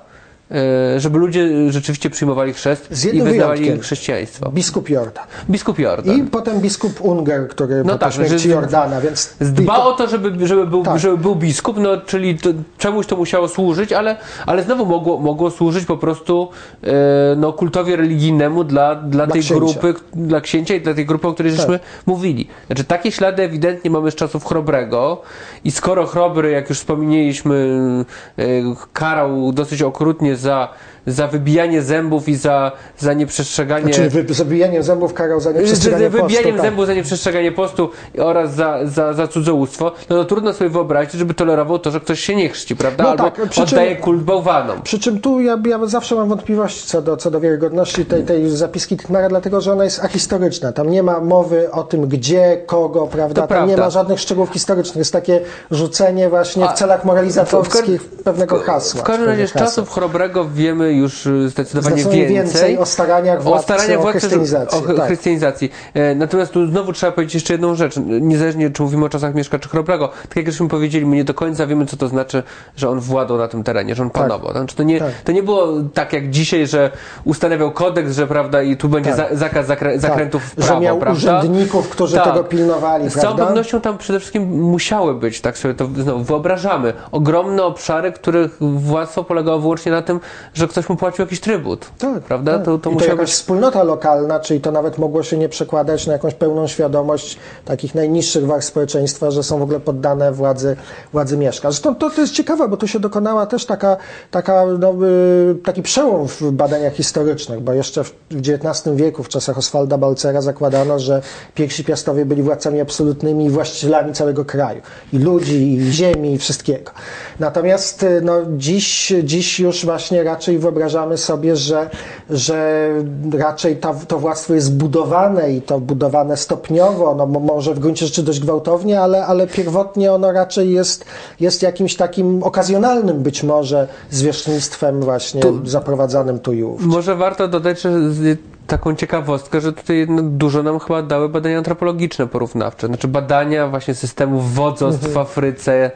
żeby ludzie rzeczywiście przyjmowali chrzest i wyznawali chrześcijaństwo. Biskup Jordan. Biskup Jordan. I potem biskup Unger, który no po tak, śmierci że, Jordana, więc... Dba to... o to, żeby, żeby, był, tak. żeby był biskup, no czyli to, czemuś to musiało służyć, ale, ale znowu mogło, mogło służyć po prostu e, no, kultowi religijnemu dla, dla, dla tej księcia. grupy, dla księcia i dla tej grupy, o której tak. żeśmy mówili. Znaczy takie ślady ewidentnie mamy z czasów Chrobrego i skoro Chrobry, jak już wspomnieliśmy, e, karał dosyć okrutnie za, za wybijanie zębów i za, za nieprzestrzeganie... Czyli wy, zabijaniem zębów karał za nieprzestrzeganie postu. Wybijaniem tak. zębów za nieprzestrzeganie postu oraz za, za, za cudzołóstwo, no to trudno sobie wyobrazić, żeby tolerował to, że ktoś się nie chrzci, prawda? No Albo tak, oddaje czym, kult bałwanom. Przy czym tu ja, ja zawsze mam wątpliwość co do, co do wiarygodności tej, tej zapiski Titmara, dlatego że ona jest ahistoryczna. Tam nie ma mowy o tym, gdzie, kogo, prawda? To Tam prawda. nie ma żadnych szczegółów historycznych. Jest takie rzucenie właśnie w A, celach moralizatorskich w, w, pewnego hasła. W każdym razie z czasów Chrobrego wiemy już zdecydowanie, zdecydowanie więcej, więcej o staraniach władcy, o, staraniach władcy, o chrystianizacji. O chrystianizacji. Tak. Natomiast tu znowu trzeba powiedzieć jeszcze jedną rzecz. Niezależnie czy mówimy o czasach Mieszka czy Chrobrego, tak jak żeśmy powiedzieli, my nie do końca wiemy, co to znaczy, że on władał na tym terenie, że on panował. Tak. Znaczy, to, nie, tak. to nie było tak jak dzisiaj, że ustanawiał kodeks, że prawda, i tu będzie tak. za, zakaz zakrę, zakrętów tak. w prawo, że miał prawda? urzędników, którzy tak. tego pilnowali. Z całą prawda? pewnością tam przede wszystkim musiały być, tak sobie to znowu wyobrażamy, ogromne obszary, których władztwo polegało wyłącznie na tym, że ktoś mu płacił jakiś trybut. Tak, prawda? Tak. To, to, I to jakaś być... wspólnota lokalna, czyli to nawet mogło się nie przekładać na jakąś pełną świadomość takich najniższych warstw społeczeństwa, że są w ogóle poddane władzy, władzy Mieszka. Zresztą to, to jest ciekawe, bo tu się dokonała też taka, taka, no, taki przełom w badaniach historycznych, bo jeszcze w dziewiętnastym wieku, w czasach Oswalda Balcera zakładano, że pierwsi piastowie byli władcami absolutnymi i właścicielami całego kraju. I ludzi, i ziemi, i wszystkiego. Natomiast no, dziś, dziś już właśnie raczej wyobrażamy sobie, że, że raczej ta, to władztwo jest budowane i to budowane stopniowo, no może w gruncie rzeczy dość gwałtownie, ale, ale pierwotnie ono raczej jest, jest jakimś takim okazjonalnym być może zwierzchnictwem właśnie tu, zaprowadzanym tu i ówdzie. Może warto dodać, że taką ciekawostkę, że tutaj no, dużo nam chyba dały badania antropologiczne porównawcze. Znaczy badania właśnie systemów wodzostw mhm. w Afryce e,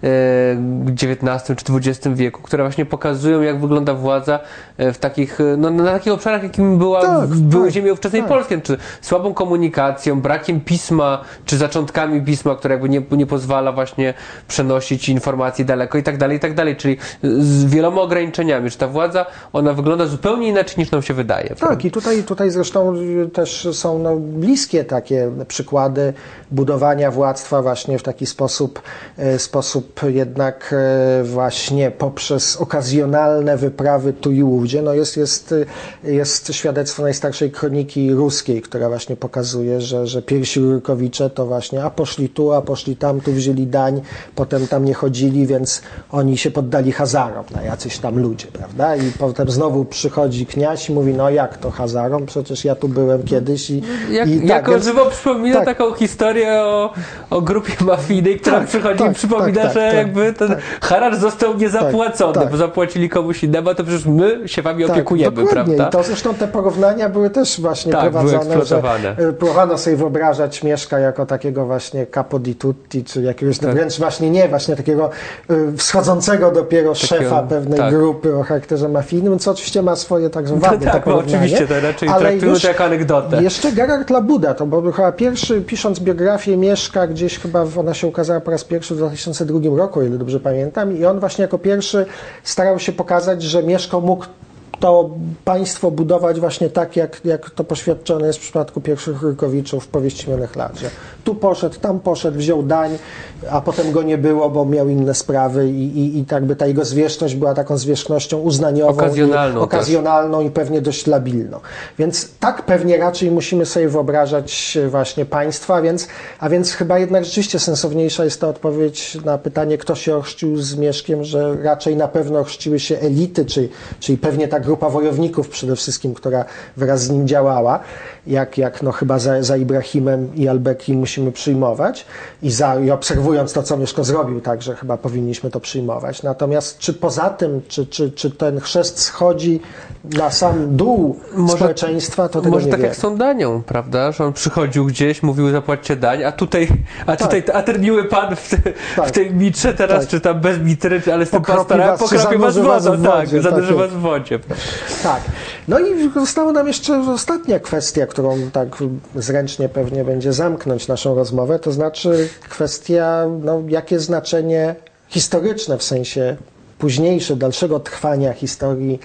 w dziewiętnastym czy dwudziestym wieku, które właśnie pokazują, jak wygląda władza w takich, no, na takich obszarach, jakim była, tak, były tak, ziemie ówczesnej tak. Polski, czy słabą komunikacją, brakiem pisma, czy zaczątkami pisma, które jakby nie, nie pozwala właśnie przenosić informacji daleko i tak dalej, i tak dalej. Czyli z wieloma ograniczeniami, że ta władza, ona wygląda zupełnie inaczej niż nam się wydaje. Tak, prawda? i tutaj, tutaj zresztą też są no, bliskie takie przykłady budowania władztwa właśnie w taki sposób, e, sposób jednak e, właśnie poprzez okazjonalne wyprawy tu i ówdzie. No jest, jest, jest świadectwo najstarszej kroniki ruskiej, która właśnie pokazuje, że, że pierwsi Rurkowicze to właśnie a poszli tu, a poszli tam, tu wzięli dań, potem tam nie chodzili, więc oni się poddali Hazarom, na jacyś tam ludzie, prawda? I potem znowu przychodzi kniaź i mówi, no jak to Hazarom? Przecież ja tu byłem kiedyś i... Jak, i tak, jako więc, żywo przypomina tak. taką historię o, o grupie mafijnej, która Tak, przychodzi tak, i przypomina, tak, że tak, jakby ten tak. haracz został niezapłacony, tak. bo zapłacili komuś innemu, a to przecież my się wami opiekujemy, tak, dokładnie. prawda? I to zresztą te porównania były też właśnie tak, prowadzone, były eksploatowane. że próbowano sobie wyobrażać Mieszka jako takiego właśnie capo di tutti, czy jakiegoś tak. wręcz właśnie nie, właśnie takiego y, wschodzącego dopiero takiego, szefa pewnej tak. grupy o charakterze mafijnym, co oczywiście ma swoje także wady. No tak, no oczywiście, to raczej ale traktujemy to jako anegdotę. Jeszcze Gerard Labuda, to był chyba pierwszy, pisząc biografię Mieszka, gdzieś chyba ona się ukazała po raz pierwszy w dwa tysiące drugim roku, o ile dobrze pamiętam, i on właśnie jako pierwszy starał się pokazać, że Mieszko mógł to państwo budować właśnie tak, jak, jak to poświadczone jest w przypadku pierwszych Rurkowiczów w Powieści Minionych Lat, że tu poszedł, tam poszedł, wziął dań, a potem go nie było, bo miał inne sprawy i, i, i tak by ta jego zwierzchność była taką zwierzchnością uznaniową, okazjonalną, i, okazjonalną i pewnie dość labilną. Więc tak pewnie raczej musimy sobie wyobrażać właśnie państwa, więc, a więc chyba jednak rzeczywiście sensowniejsza jest ta odpowiedź na pytanie, kto się ochrzcił z Mieszkiem, że raczej na pewno ochrzciły się elity, czyli, czyli pewnie ta grupa wojowników przede wszystkim, która wraz z nim działała, jak, jak no chyba za, za Ibrahimem i Albekim musimy przyjmować i, za, i obserwując to, co Mieszko zrobił, także chyba powinniśmy to przyjmować. Natomiast czy poza tym, czy, czy, czy ten chrzest schodzi na sam dół może, społeczeństwa, to tego może nie tak wiem. jak z tą danią, prawda, że on przychodził gdzieś, mówił zapłaćcie dań, a tutaj, a tak. tutaj, a ten miły pan w, te, tak. w tej mitrze teraz, tak. czy tam bez mitry, ale z tym Pokropi pastorem was, pokropi was wodą, tak, zanurzy tak was w wodzie. Tak. No i została nam jeszcze ostatnia kwestia, którą tak zręcznie pewnie będzie zamknąć naszą rozmowę, to znaczy kwestia, no, jakie znaczenie historyczne, w sensie późniejsze, dalszego trwania historii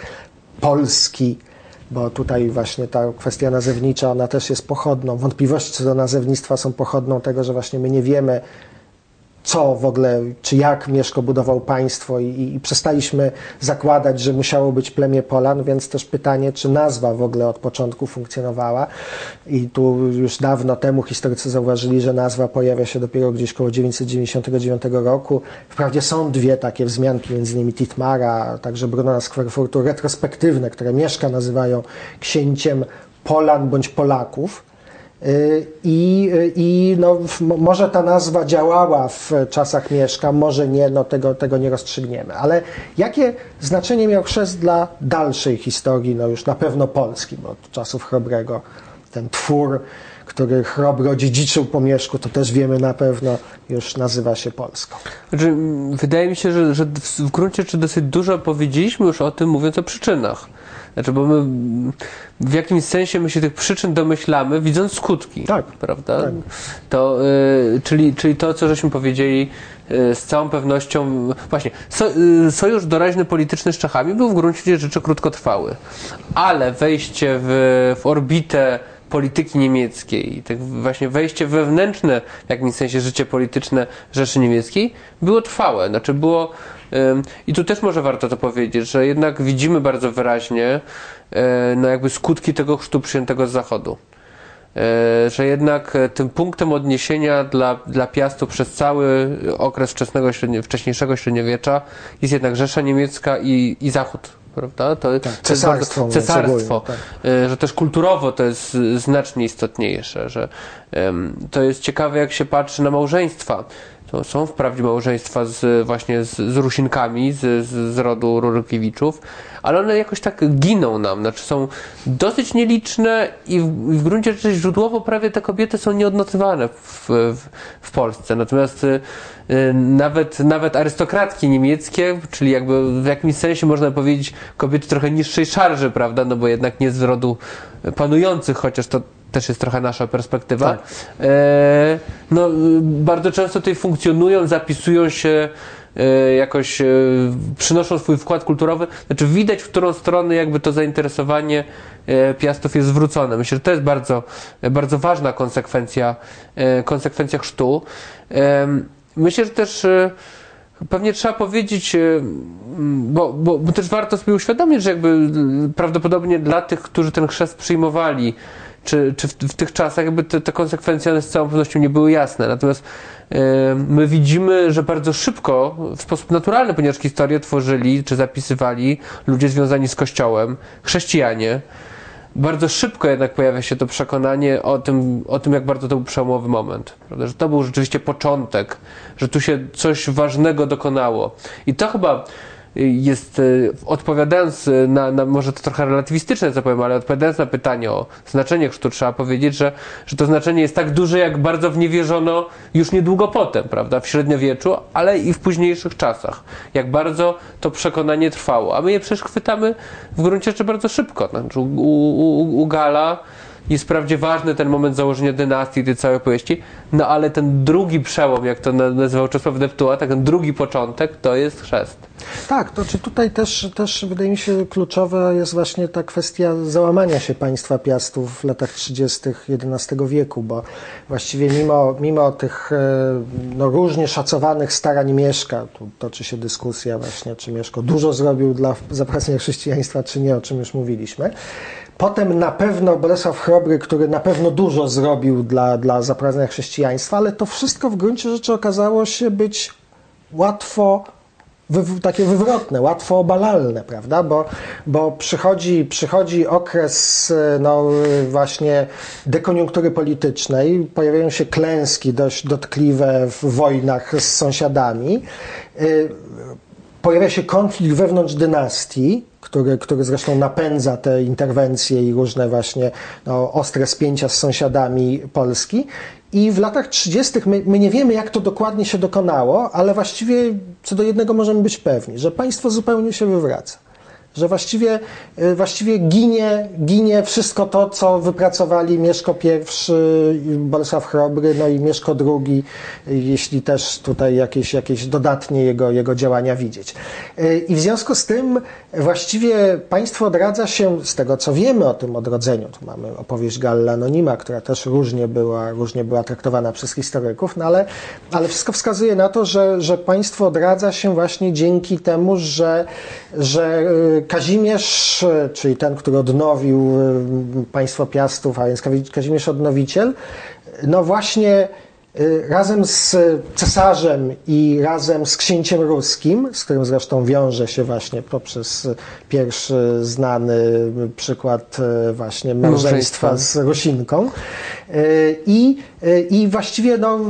Polski, bo tutaj właśnie ta kwestia nazewnicza, ona też jest pochodną. Wątpliwości co do nazewnictwa są pochodną tego, że właśnie my nie wiemy, co w ogóle, czy jak Mieszko budował państwo i, i, i przestaliśmy zakładać, że musiało być plemię Polan, więc też pytanie, czy nazwa w ogóle od początku funkcjonowała. I tu już dawno temu historycy zauważyli, że nazwa pojawia się dopiero gdzieś koło dziewięćset dziewięćdziesiątego dziewiątego roku. Wprawdzie są dwie takie wzmianki, między innymi Titmara, a także Brunona z Querfurtu, retrospektywne, które Mieszka nazywają księciem Polan bądź Polaków. I, i no, może ta nazwa działała w czasach Mieszka, może nie, no tego, tego nie rozstrzygniemy. Ale jakie znaczenie miał chrzest dla dalszej historii, no już na pewno Polski, bo od czasów Chrobrego ten twór, który Chrobro dziedziczył po Mieszku, to też wiemy na pewno, już nazywa się Polską. Znaczy, wydaje mi się, że, że w gruncie rzeczy dosyć dużo powiedzieliśmy już o tym, mówiąc o przyczynach. Znaczy, bo my w jakimś sensie my się tych przyczyn domyślamy, widząc skutki, tak, prawda? Tak. To, y, czyli, czyli to, co żeśmy powiedzieli y, z całą pewnością, właśnie, so, y, sojusz doraźny polityczny z Czechami był w gruncie rzeczy krótkotrwały, ale wejście w, w orbitę polityki niemieckiej, tak właśnie wejście wewnętrzne w jakimś sensie życie polityczne Rzeszy Niemieckiej było trwałe, znaczy było i tu też może warto to powiedzieć, że jednak widzimy bardzo wyraźnie no jakby skutki tego chrztu przyjętego z Zachodu. Że jednak tym punktem odniesienia dla, dla Piastu przez cały okres wczesnego, średnie, wcześniejszego średniowiecza jest jednak Rzesza Niemiecka i, i Zachód. Prawda? To, tak, to cesarstwo. Jest cesarstwo. Tak. Że też kulturowo to jest znacznie istotniejsze, że um, to jest ciekawe, jak się patrzy na małżeństwa są, są wprawdzie małżeństwa z, właśnie z, z Rusinkami, z, z, z rodu Rurykiewiczów, ale one jakoś tak giną nam, znaczy są dosyć nieliczne i w, w gruncie rzeczy źródłowo prawie te kobiety są nieodnotowane w, w, w Polsce. Natomiast y, nawet, nawet arystokratki niemieckie, czyli jakby w jakimś sensie można powiedzieć kobiety trochę niższej szarży, prawda, no bo jednak nie z rodu panujących, chociaż to też jest trochę nasza perspektywa. Tak. E, no, bardzo często tutaj funkcjonują, zapisują się e, jakoś, e, przynoszą swój wkład kulturowy. Znaczy widać, w którą stronę jakby to zainteresowanie e, Piastów jest zwrócone. Myślę, że to jest bardzo, bardzo ważna konsekwencja, e, konsekwencja chrztu. E, myślę, że też e, pewnie trzeba powiedzieć, bo, bo, bo też warto sobie uświadomić, że jakby prawdopodobnie dla tych, którzy ten chrzest przyjmowali, czy, czy w, w tych czasach jakby te, te konsekwencje one z całą pewnością nie były jasne. Natomiast yy, my widzimy, że bardzo szybko, w sposób naturalny, ponieważ historię tworzyli, czy zapisywali ludzie związani z Kościołem, chrześcijanie, bardzo szybko jednak pojawia się to przekonanie o tym, o tym jak bardzo to był przełomowy moment. Prawda? Że to był rzeczywiście początek, że tu się coś ważnego dokonało. I to chyba jest, odpowiadając na, na może to trochę relatywistyczne, co powiem, ale odpowiadając na pytanie o znaczenie chrztu, trzeba powiedzieć, że, że to znaczenie jest tak duże, jak bardzo w nie wierzono już niedługo potem, prawda, w średniowieczu, ale i w późniejszych czasach. Jak bardzo to przekonanie trwało. A my je przecież chwytamy w gruncie rzeczy bardzo szybko. Znaczy, u, u, u Gala jest wprawdzie ważny ten moment założenia dynastii, tej całej opowieści, no ale ten drugi przełom, jak to nazywał Czesław Deptuła, tak, ten drugi początek, to jest chrzest. Tak, to czy tutaj też, też wydaje mi się kluczowa jest właśnie ta kwestia załamania się państwa Piastów w latach trzydziestych jedenastego wieku, bo właściwie mimo, mimo tych no, różnie szacowanych starań Mieszka, tu toczy się dyskusja właśnie, czy Mieszko dużo zrobił dla zapraszania chrześcijaństwa, czy nie, o czym już mówiliśmy. Potem na pewno Bolesław Chrobry, który na pewno dużo zrobił dla, dla zaprowadzenia chrześcijaństwa, ale to wszystko w gruncie rzeczy okazało się być łatwo, wy, takie wywrotne, łatwo obalalne, prawda? Bo, bo przychodzi, przychodzi okres no, właśnie dekoniunktury politycznej, pojawiają się klęski dość dotkliwe w wojnach z sąsiadami, pojawia się konflikt wewnątrz dynastii, który, który zresztą napędza te interwencje i różne właśnie no, ostre spięcia z sąsiadami Polski. I w latach trzydziestych my, my nie wiemy, jak to dokładnie się dokonało, ale właściwie co do jednego możemy być pewni, że państwo zupełnie się wywraca. Że właściwie, właściwie ginie, ginie wszystko to, co wypracowali Mieszko pierwszy, Bolesław Chrobry, no i Mieszko drugi, jeśli też tutaj jakieś, jakieś dodatnie jego, jego działania widzieć. I w związku z tym właściwie państwo odradza się, z tego co wiemy o tym odrodzeniu, tu mamy opowieść Galla Anonima, która też różnie była, różnie była traktowana przez historyków, no ale, ale wszystko wskazuje na to, że, że państwo odradza się właśnie dzięki temu, że, że Kazimierz, czyli ten, który odnowił państwo Piastów, a więc Kazimierz Odnowiciel, no właśnie razem z cesarzem i razem z księciem ruskim, z którym zresztą wiąże się właśnie poprzez pierwszy znany przykład właśnie małżeństwa z Rusinką. I, i właściwie no,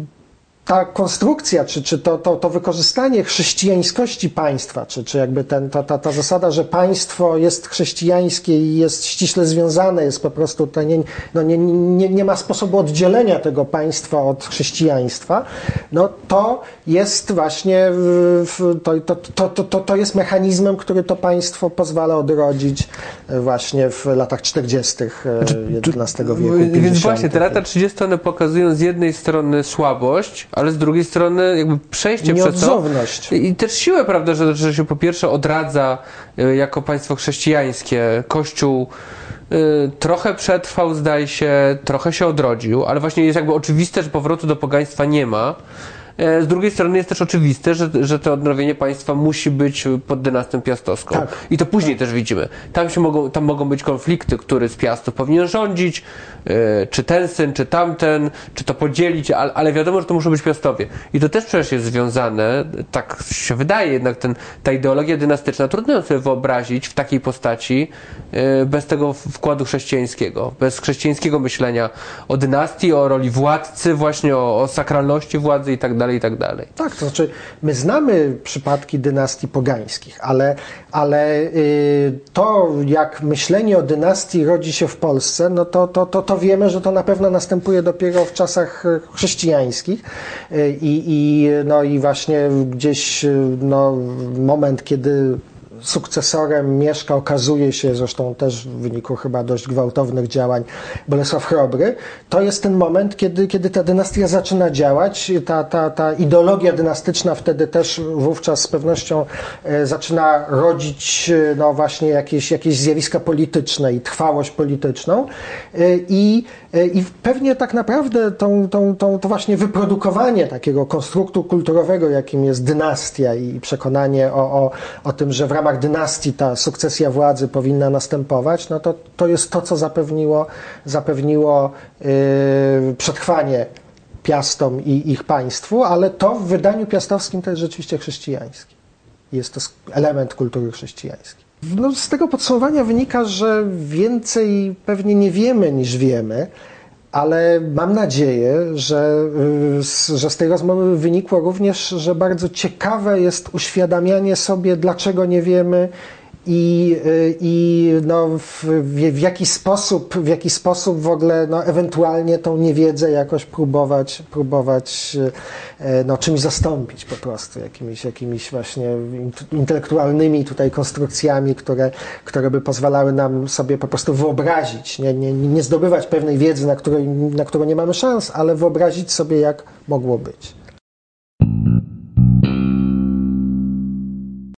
ta konstrukcja, czy, czy to, to, to wykorzystanie chrześcijańskości państwa, czy, czy jakby ten, ta, ta, ta zasada, że państwo jest chrześcijańskie i jest ściśle związane, jest po prostu, to nie, no nie, nie, nie ma sposobu oddzielenia tego państwa od chrześcijaństwa, no to jest właśnie, to, to, to, to, to jest mechanizmem, który to państwo pozwala odrodzić właśnie w latach czterdziestych jedenastego wieku. Więc właśnie, te lata trzydzieste one pokazują z jednej strony słabość, ale z drugiej strony jakby przejście przez to i też siłę, prawda, że, że się po pierwsze odradza y, jako państwo chrześcijańskie. Kościół y, trochę przetrwał, zdaje się, trochę się odrodził, ale właśnie jest jakby oczywiste, że powrotu do pogaństwa nie ma. Z drugiej strony jest też oczywiste, że, że to odnowienie państwa musi być pod dynastią piastowską. Tak. I to później tak. też widzimy. Tam, się mogą, tam mogą być konflikty, który z Piastów powinien rządzić, yy, czy ten syn, czy tamten, czy to podzielić, ale, ale wiadomo, że to muszą być Piastowie. I to też przecież jest związane, tak się wydaje jednak, ten, ta ideologia dynastyczna, trudno ją sobie wyobrazić w takiej postaci yy, bez tego wkładu chrześcijańskiego, bez chrześcijańskiego myślenia o dynastii, o roli władcy, właśnie o, o sakralności władzy i tak dalej. dalej, i tak dalej. Tak, to znaczy my znamy przypadki dynastii pogańskich, ale, ale y, to jak myślenie o dynastii rodzi się w Polsce, no to, to, to, to wiemy, że to na pewno następuje dopiero w czasach chrześcijańskich y, i, no, i właśnie gdzieś no, moment, kiedy sukcesorem Mieszka okazuje się, zresztą też w wyniku chyba dość gwałtownych działań, Bolesław Chrobry, to jest ten moment, kiedy, kiedy ta dynastia zaczyna działać, ta, ta, ta ideologia dynastyczna wtedy też wówczas z pewnością e, zaczyna rodzić e, no właśnie jakieś, jakieś zjawiska polityczne i trwałość polityczną e, i, e, i pewnie tak naprawdę tą, tą, tą, to właśnie wyprodukowanie takiego konstruktu kulturowego, jakim jest dynastia i przekonanie o, o, o tym, że w ramach dynastii ta sukcesja władzy powinna następować, no to, to jest to, co zapewniło, zapewniło yy, przetrwanie Piastom i ich państwu, ale to w wydaniu piastowskim to jest rzeczywiście chrześcijańskie. Jest to element kultury chrześcijańskiej. No, z tego podsumowania wynika, że więcej pewnie nie wiemy niż wiemy, ale mam nadzieję, że, że z tej rozmowy wynikło również, że bardzo ciekawe jest uświadamianie sobie, dlaczego nie wiemy i, i no w, w jaki sposób, w jaki sposób w ogóle no, ewentualnie tą niewiedzę jakoś próbować, próbować no, czymś zastąpić po prostu, jakimiś, jakimiś właśnie intelektualnymi tutaj konstrukcjami, które, które by pozwalały nam sobie po prostu wyobrazić, nie, nie, nie zdobywać pewnej wiedzy, na, której, na którą nie mamy szans, ale wyobrazić sobie, jak mogło być.